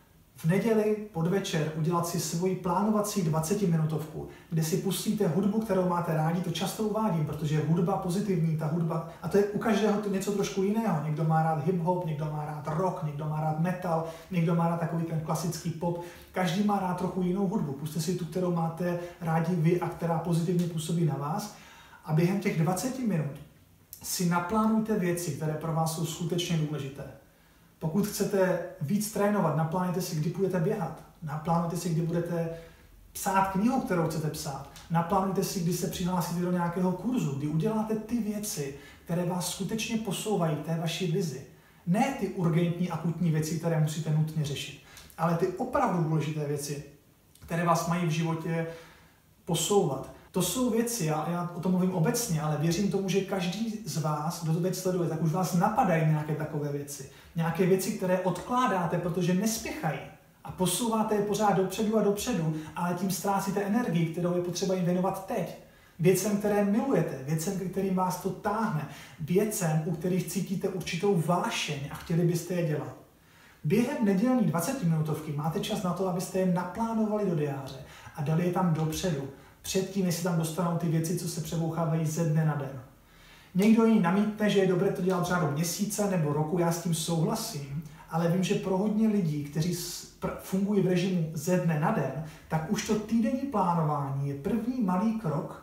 v neděli podvečer udělat si svoji plánovací dvacetiminutovku, kde si pustíte hudbu, kterou máte rádi, to často uvádím, protože je hudba pozitivní, ta hudba, a to je u každého to něco trošku jiného. Někdo má rád hip-hop, někdo má rád rock, někdo má rád metal, někdo má rád takový ten klasický pop. Každý má rád trochu jinou hudbu. Pusťte si tu, kterou máte rádi vy a která pozitivně působí na vás. A během těch dvaceti minut si naplánujte věci, které pro vás jsou skutečně důležité. Pokud chcete víc trénovat, naplánujte si, kdy půjdete běhat. Naplánujte si, kdy budete psát knihu, kterou chcete psát. Naplánujte si, kdy se přihlásíte do nějakého kurzu, kdy uděláte ty věci, které vás skutečně posouvají k té vaší vizi. Ne ty urgentní, akutní věci, které musíte nutně řešit, ale ty opravdu důležité věci, které vás mají v životě posouvat. To jsou věci, já, já o tom mluvím obecně, ale věřím tomu, že každý z vás, kdo to teď sleduje, tak už vás napadají nějaké takové věci. Nějaké věci, které odkládáte, protože nespěchají. A posouváte je pořád dopředu a dopředu, ale tím ztrácíte energii, kterou je potřeba jim věnovat teď. Věcem, které milujete, věcem, kterým vás to táhne, věcem, u kterých cítíte určitou vášeň a chtěli byste je dělat. Během nedělní dvacetiminutovky máte čas na to, abyste je naplánovali do diáře a dali je tam dopředu. Předtím, než se tam dostanou ty věci, co se přebouchávají ze dne na den. Někdo jiný namítne, že je dobré to dělat třeba do měsíce nebo roku, já s tím souhlasím, ale vím, že pro hodně lidí, kteří fungují v režimu ze dne na den, tak už to týdenní plánování je první malý krok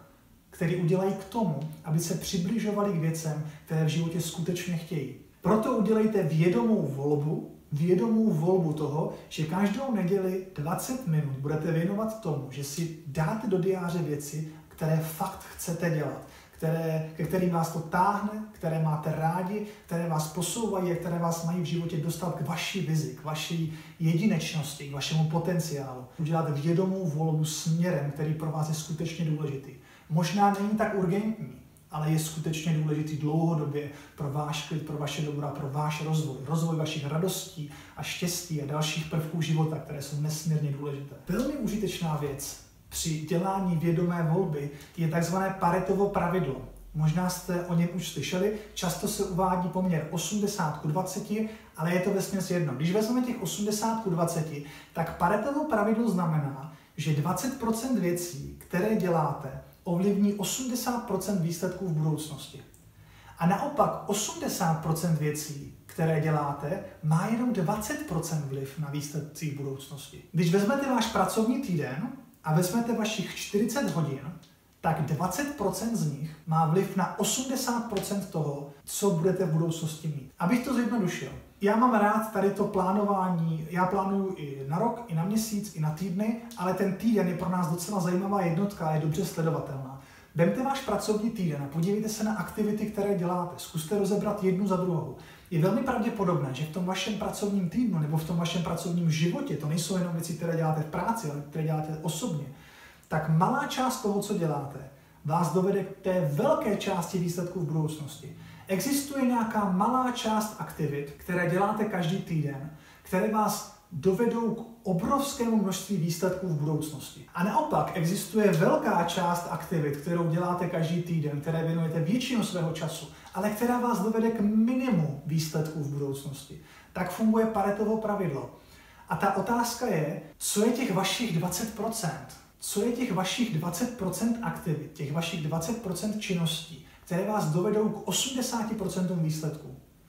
který udělají k tomu, aby se přibližovali k věcem, které v životě skutečně chtějí. Proto udělejte vědomou volbu, vědomou volbu toho, že každou neděli dvacet minut budete věnovat tomu, že si dáte do diáře věci, které fakt chcete dělat, které, ke kterým vás to táhne, které máte rádi, které vás posouvají a které vás mají v životě dostat k vaší vizi, k vaší jedinečnosti, k vašemu potenciálu. Udělat vědomou volbu směrem, který pro vás je skutečně důležitý. Možná není tak urgentní, ale je skutečně důležitý dlouhodobě pro váš klid, pro vaše dobro, pro váš rozvoj, rozvoj vašich radostí a štěstí a dalších prvků života, které jsou nesmírně důležité. Velmi užitečná věc při dělání vědomé volby je takzvané Paretovo pravidlo. Možná jste o něm už slyšeli, často se uvádí poměr osmdesát ku dvaceti, ale je to vesměs jedno. Když vezmeme těch osmdesát ku dvaceti, tak Paretovo pravidlo znamená, že dvacet procent věcí, které děláte, ovlivní osmdesát procent výsledků v budoucnosti. A naopak osmdesát procent věcí, které děláte, má jenom dvacet procent vliv na výsledky v budoucnosti. Když vezmete váš pracovní týden a vezmete vašich čtyřicet hodin, tak dvacet procent z nich má vliv na osmdesát procent toho, co budete v budoucnosti mít. Abych to zjednodušil. Já mám rád tady to plánování, já plánuju i na rok, i na měsíc, i na týdny, ale ten týden je pro nás docela zajímavá jednotka a je dobře sledovatelná. Vemte váš pracovní týden a podívejte se na aktivity, které děláte. Zkuste rozebrat jednu za druhou. Je velmi pravděpodobné, že v tom vašem pracovním týdnu nebo v tom vašem pracovním životě, to nejsou jenom věci, které děláte v práci, ale které děláte osobně, tak malá část toho, co děláte, vás dovede k té velké části výsledků v budoucnosti. Existuje nějaká malá část aktivit, které děláte každý týden, které vás dovedou k obrovskému množství výsledků v budoucnosti. A naopak existuje velká část aktivit, kterou děláte každý týden, které věnujete většinu svého času, ale která vás dovede k minimu výsledků v budoucnosti. Tak funguje Paretovo pravidlo. A ta otázka je, co je těch vašich dvacet procent? Co je těch vašich dvacet procent aktivit, těch vašich dvacet procent činností, které vás dovedou k osmdesáti procentům výsledků?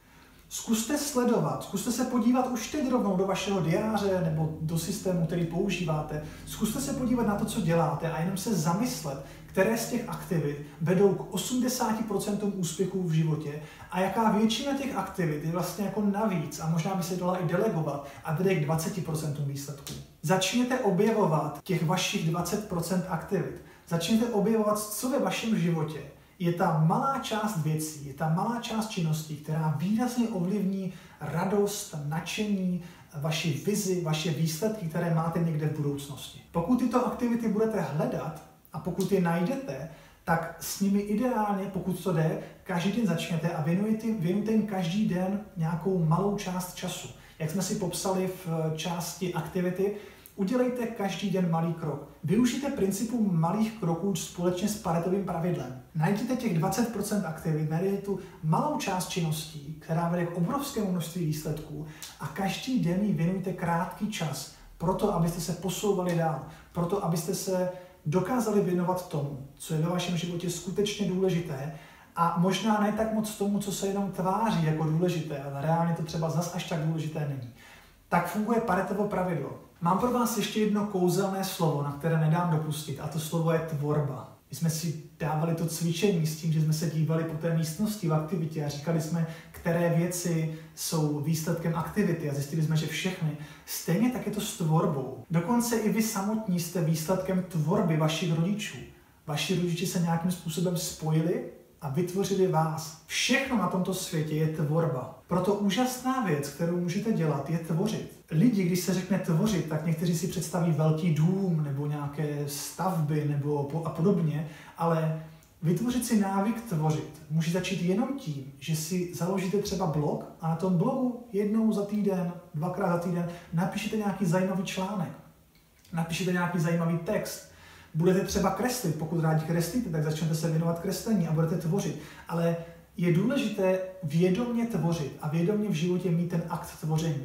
Zkuste sledovat, zkuste se podívat už teď rovnou do vašeho diáře nebo do systému, který používáte. Zkuste se podívat na to, co děláte a jenom se zamyslet, které z těch aktivit vedou k osmdesáti procentům úspěchů v životě a jaká většina těch aktivit je vlastně jako navíc a možná by se dala i delegovat a vede k dvaceti procentům výsledků. Začněte objevovat těch vašich dvacet procent aktivit. Začněte objevovat, co ve vašem životě je ta malá část věcí, je ta malá část činností, která výrazně ovlivní radost, nadšení, vaši vizi, vaše výsledky, které máte někde v budoucnosti. Pokud tyto aktivity budete hledat a pokud je najdete, tak s nimi ideálně, pokud to jde, každý den začněte a věnujte, věnujte jim každý den nějakou malou část času. Jak jsme si popsali v části aktivity, udělejte každý den malý krok. Využijte principu malých kroků společně s Paretovým pravidlem. Najděte těch dvacet procent aktivit, najděte tu malou část činností, která vede k obrovskému množství výsledků a každý den jí věnujte krátký čas proto, abyste se posouvali dál, proto, abyste se dokázali věnovat tomu, co je ve vašem životě skutečně důležité a možná ne tak moc tomu, co se jenom tváří jako důležité, ale reálně to třeba zas až tak důležité není. Tak funguje Paretovo pravidlo. Mám pro vás ještě jedno kouzelné slovo, na které nedám dopustit, a to slovo je tvorba. My jsme si dávali to cvičení s tím, že jsme se dívali po té místnosti v aktivitě a říkali jsme, které věci jsou výsledkem aktivity a zjistili jsme, že všechny. Stejně tak je to s tvorbou. Dokonce i vy samotní jste výsledkem tvorby vašich rodičů. Vaši rodiče se nějakým způsobem spojili a vytvořili vás. Všechno na tomto světě je tvorba. Proto úžasná věc, kterou můžete dělat, je tvořit. Lidi, když se řekne tvořit, tak někteří si představí velký dům nebo nějaké stavby nebo a podobně, ale vytvořit si návyk tvořit může začít jenom tím, že si založíte třeba blog a na tom blogu jednou za týden, dvakrát za týden napíšete nějaký zajímavý článek, napíšete nějaký zajímavý text. Budete třeba kreslit, pokud rádi kreslíte, tak začnete se věnovat kreslení a budete tvořit. Ale je důležité vědomě tvořit a vědomě v životě mít ten akt tvoření.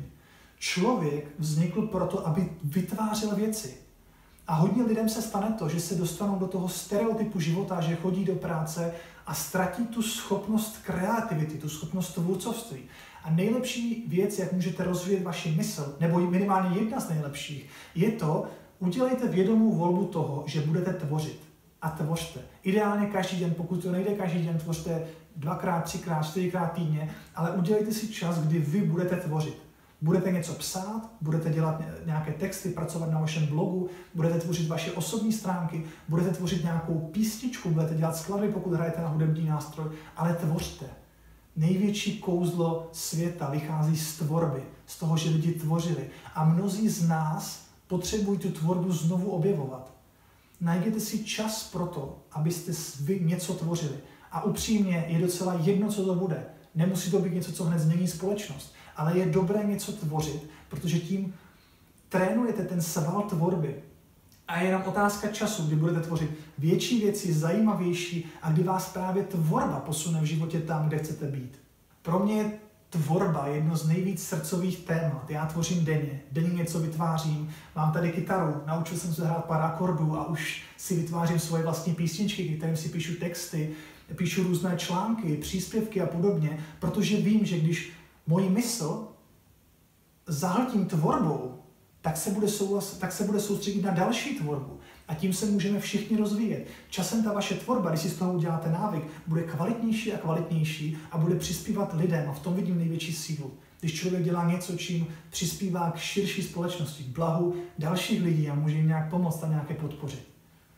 Člověk vznikl proto, aby vytvářel věci. A hodně lidem se stane to, že se dostanou do toho stereotypu života, že chodí do práce a ztratí tu schopnost kreativity, tu schopnost tvůrcovství. A nejlepší věc, jak můžete rozvíjet vaši mysl, nebo minimálně jedna z nejlepších, je to, udělejte vědomou volbu toho, že budete tvořit. a tvořte. Ideálně každý den, pokud to nejde každý den, tvořte dvakrát, třikrát, čtyřikrát týdně, ale udělejte si čas, kdy vy budete tvořit. Budete něco psát, budete dělat nějaké texty, pracovat na vašem blogu, budete tvořit vaše osobní stránky, budete tvořit nějakou písničku, budete dělat skladby, pokud hrajete na hudební nástroj, ale tvořte. Největší kouzlo světa vychází z tvorby, z toho, že lidi tvořili. A mnozí z nás potřebují tu tvorbu znovu objevovat. Najděte si čas pro to, abyste vy něco tvořili. A upřímně je docela jedno, co to bude. Nemusí to být něco, co hned změní společnost, ale je dobré něco tvořit, protože tím trénujete ten sval tvorby. A je jenom otázka času, kdy budete tvořit větší věci, zajímavější a kdy vás právě tvorba posune v životě tam, kde chcete být. Pro mě je tvorba jedno z nejvíc srdcových témat. Já tvořím denně, denně něco vytvářím, mám tady kytaru, naučil jsem se hrát pár akordů a už si vytvářím svoje vlastní písničky, kterým si píšu texty, píšu různé články, příspěvky a podobně, protože vím, že když moji mysl zahltím tvorbou, tak se, bude souhlas, tak se bude soustředit na další tvorbu. A tím se můžeme všichni rozvíjet. Časem ta vaše tvorba, když si z toho uděláte návyk, bude kvalitnější a kvalitnější a bude přispívat lidem. A v tom vidím největší sílu. Když člověk dělá něco, čím přispívá k širší společnosti, k blahu dalších lidí a může jim nějak pomoct a nějaké podpořit.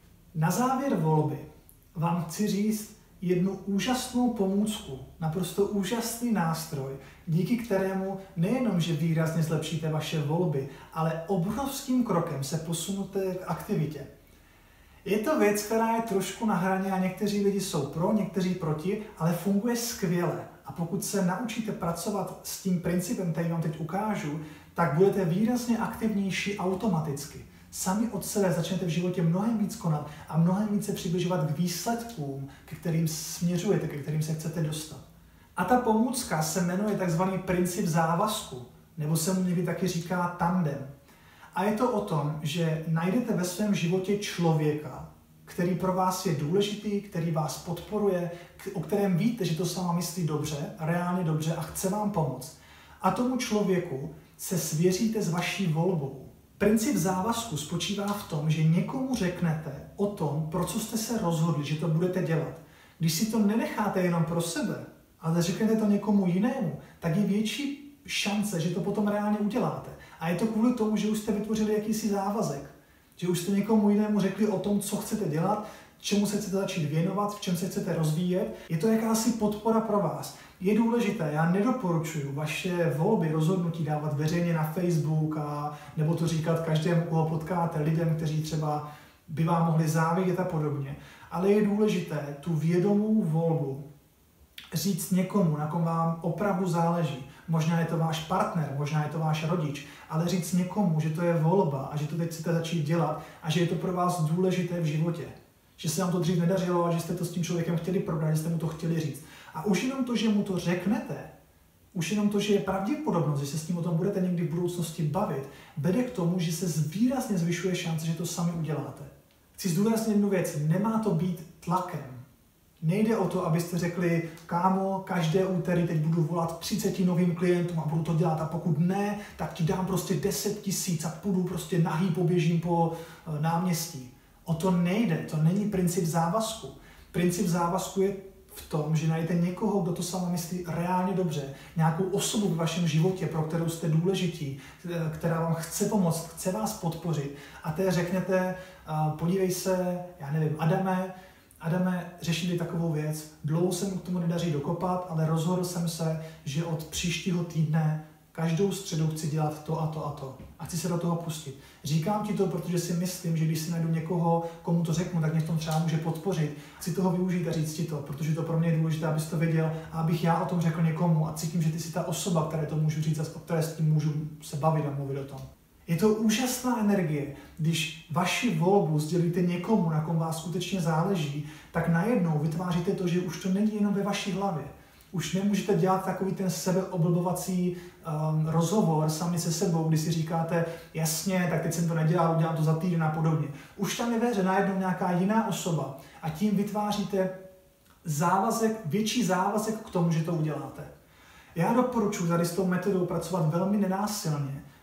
Na závěr volby vám chci říct jednu úžasnou pomůcku, naprosto úžasný nástroj, díky kterému nejenom, že výrazně zlepšíte vaše volby, ale obrovským krokem se posunuté k aktivitě. Je to věc, která je trošku na hraně a někteří lidi jsou pro, někteří proti, ale funguje skvěle. A pokud se naučíte pracovat s tím principem, který vám teď ukážu, tak budete výrazně aktivnější automaticky. Sami od sebe začnete v životě mnohem víc konat a mnohem více přibližovat k výsledkům, ke kterým směřujete, ke kterým se chcete dostat. A ta pomůcka se jmenuje takzvaný princip závazku, nebo se mu někdy taky říká tandem. A je to o tom, že najdete ve svém životě člověka, který pro vás je důležitý, který vás podporuje, o kterém víte, že to s váma myslí dobře, reálně dobře a chce vám pomoct. A tomu člověku se svěříte s vaší volbou. Princip závazku spočívá v tom, že někomu řeknete o tom, pro co jste se rozhodli, že to budete dělat. Když si to nenecháte jenom pro sebe, ale řeknete to někomu jinému, tak je větší šance, že to potom reálně uděláte. A je to kvůli tomu, že už jste vytvořili jakýsi závazek. Že už jste někomu jinému řekli o tom, co chcete dělat, čemu se chcete začít věnovat, v čem se chcete rozvíjet. Je to jakási podpora pro vás. Je důležité, já nedoporučuji vaše volby, rozhodnutí dávat veřejně na Facebook a nebo to říkat každému, koho potkáte, lidem, kteří třeba by vám mohli závidět a podobně. Ale je důležité tu vědomou volbu říct někomu, na kom vám opravdu záleží. Možná je to váš partner, možná je to váš rodič, ale říct někomu, že to je volba a že to teď chcete začít dělat a že je to pro vás důležité v životě. Že se vám to dřív nedařilo a že jste to s tím člověkem chtěli prodat, že jste mu to chtěli říct. A už jenom to, že mu to řeknete, už jenom to, že je pravděpodobnost, že se s ním o tom budete někdy v budoucnosti bavit, vede k tomu, že se výrazně zvyšuje šance, že to sami uděláte. Chci zdůraznit jednu věc, nemá to být tlakem. Nejde o to, abyste řekli, kámo, každé úterý teď budu volat třiceti novým klientům a budu to dělat a pokud ne, tak ti dám prostě deset tisíc a půjdu prostě nahý poběžím po náměstí. O to nejde, to není princip závazku. Princip závazku je v tom, že najdete někoho, kdo to samo myslí reálně dobře, nějakou osobu v vašem životě, pro kterou jste důležití, která vám chce pomoct, chce vás podpořit a té řeknete, podívej se, já nevím, Adame, Adame, řešili takovou věc, dlouho se mu k tomu nedaří dokopat, ale rozhodl jsem se, že od příštího týdne každou středu chci dělat to a to a to. A chci se do toho pustit. Říkám ti to, protože si myslím, že když si najdu někoho, komu to řeknu, tak mě v tom třeba může podpořit. Chci toho využít a říct ti to, protože to pro mě je důležité, abys to věděl a abych já o tom řekl někomu a cítím, že ty jsi ta osoba, které to můžu říct a o které s tím můžu se bavit a mluvit o tom. Je to úžasná energie, když vaši volbu sdělíte někomu, na kom vás skutečně záleží, tak najednou vytváříte to, že už to není jenom ve vaší hlavě. Už nemůžete dělat takový ten sebeoblbovací um, rozhovor sami se sebou, kdy si říkáte, jasně, tak teď jsem to nedělal, udělám to za týden a podobně. Už tam je ve hře najednou nějaká jiná osoba a tím vytváříte závazek, větší závazek k tomu, že to uděláte. Já doporučuji tady s tou metodou pracovat velmi nenásilně.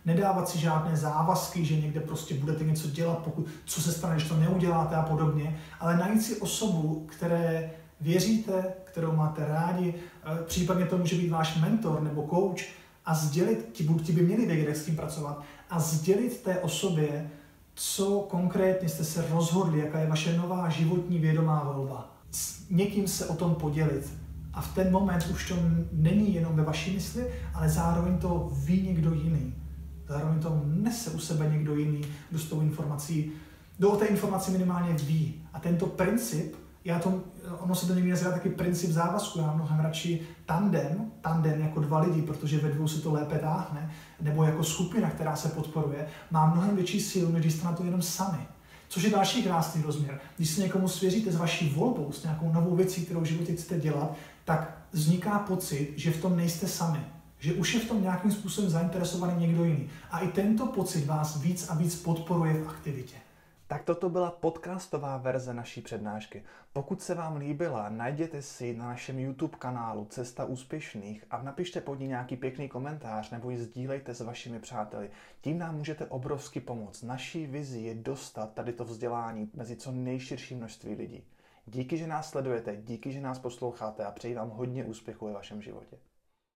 nedávat si žádné závazky, že někde prostě budete něco dělat, pokud, co se stane, když to neuděláte a podobně, ale najít si osobu, které věříte, kterou máte rádi, případně to může být váš mentor nebo coach a sdělit, ti, ti by měli vědět, jak s tím pracovat, a sdělit té osobě, co konkrétně jste se rozhodli, jaká je vaše nová životní vědomá volba. S někým se o tom podělit. A v ten moment už to není jenom ve vaší mysli, ale zároveň to ví někdo jiný. Zároveň to nese u sebe někdo jiný, kdo s tou informací, kdo o té informaci minimálně ví. A tento princip, já to, ono se to někdy nazývá taky princip závazku, já mnohem radši tandem, tandem jako dva lidi, protože ve dvou se to lépe táhne, nebo jako skupina, která se podporuje, má mnohem větší sílu, než když jste na to jenom sami. Což je další krásný rozměr. Když se někomu svěříte s vaší volbou, s nějakou novou věcí, kterou v životě chcete dělat, tak vzniká pocit, že v tom nejste sami. Že už je v tom nějakým způsobem zainteresovaný někdo jiný. A i tento pocit vás víc a víc podporuje v aktivitě. Tak toto byla podcastová verze naší přednášky. Pokud se vám líbila, najděte si na našem YouTube kanálu Cesta úspěšných a napište pod ní nějaký pěkný komentář nebo ji sdílejte s vašimi přáteli. Tím nám můžete obrovsky pomoct. Naší vizí je dostat tady to vzdělání mezi co nejširší množství lidí. Díky, že nás sledujete, díky, že nás posloucháte a přeji vám hodně úspěchu ve vašem životě.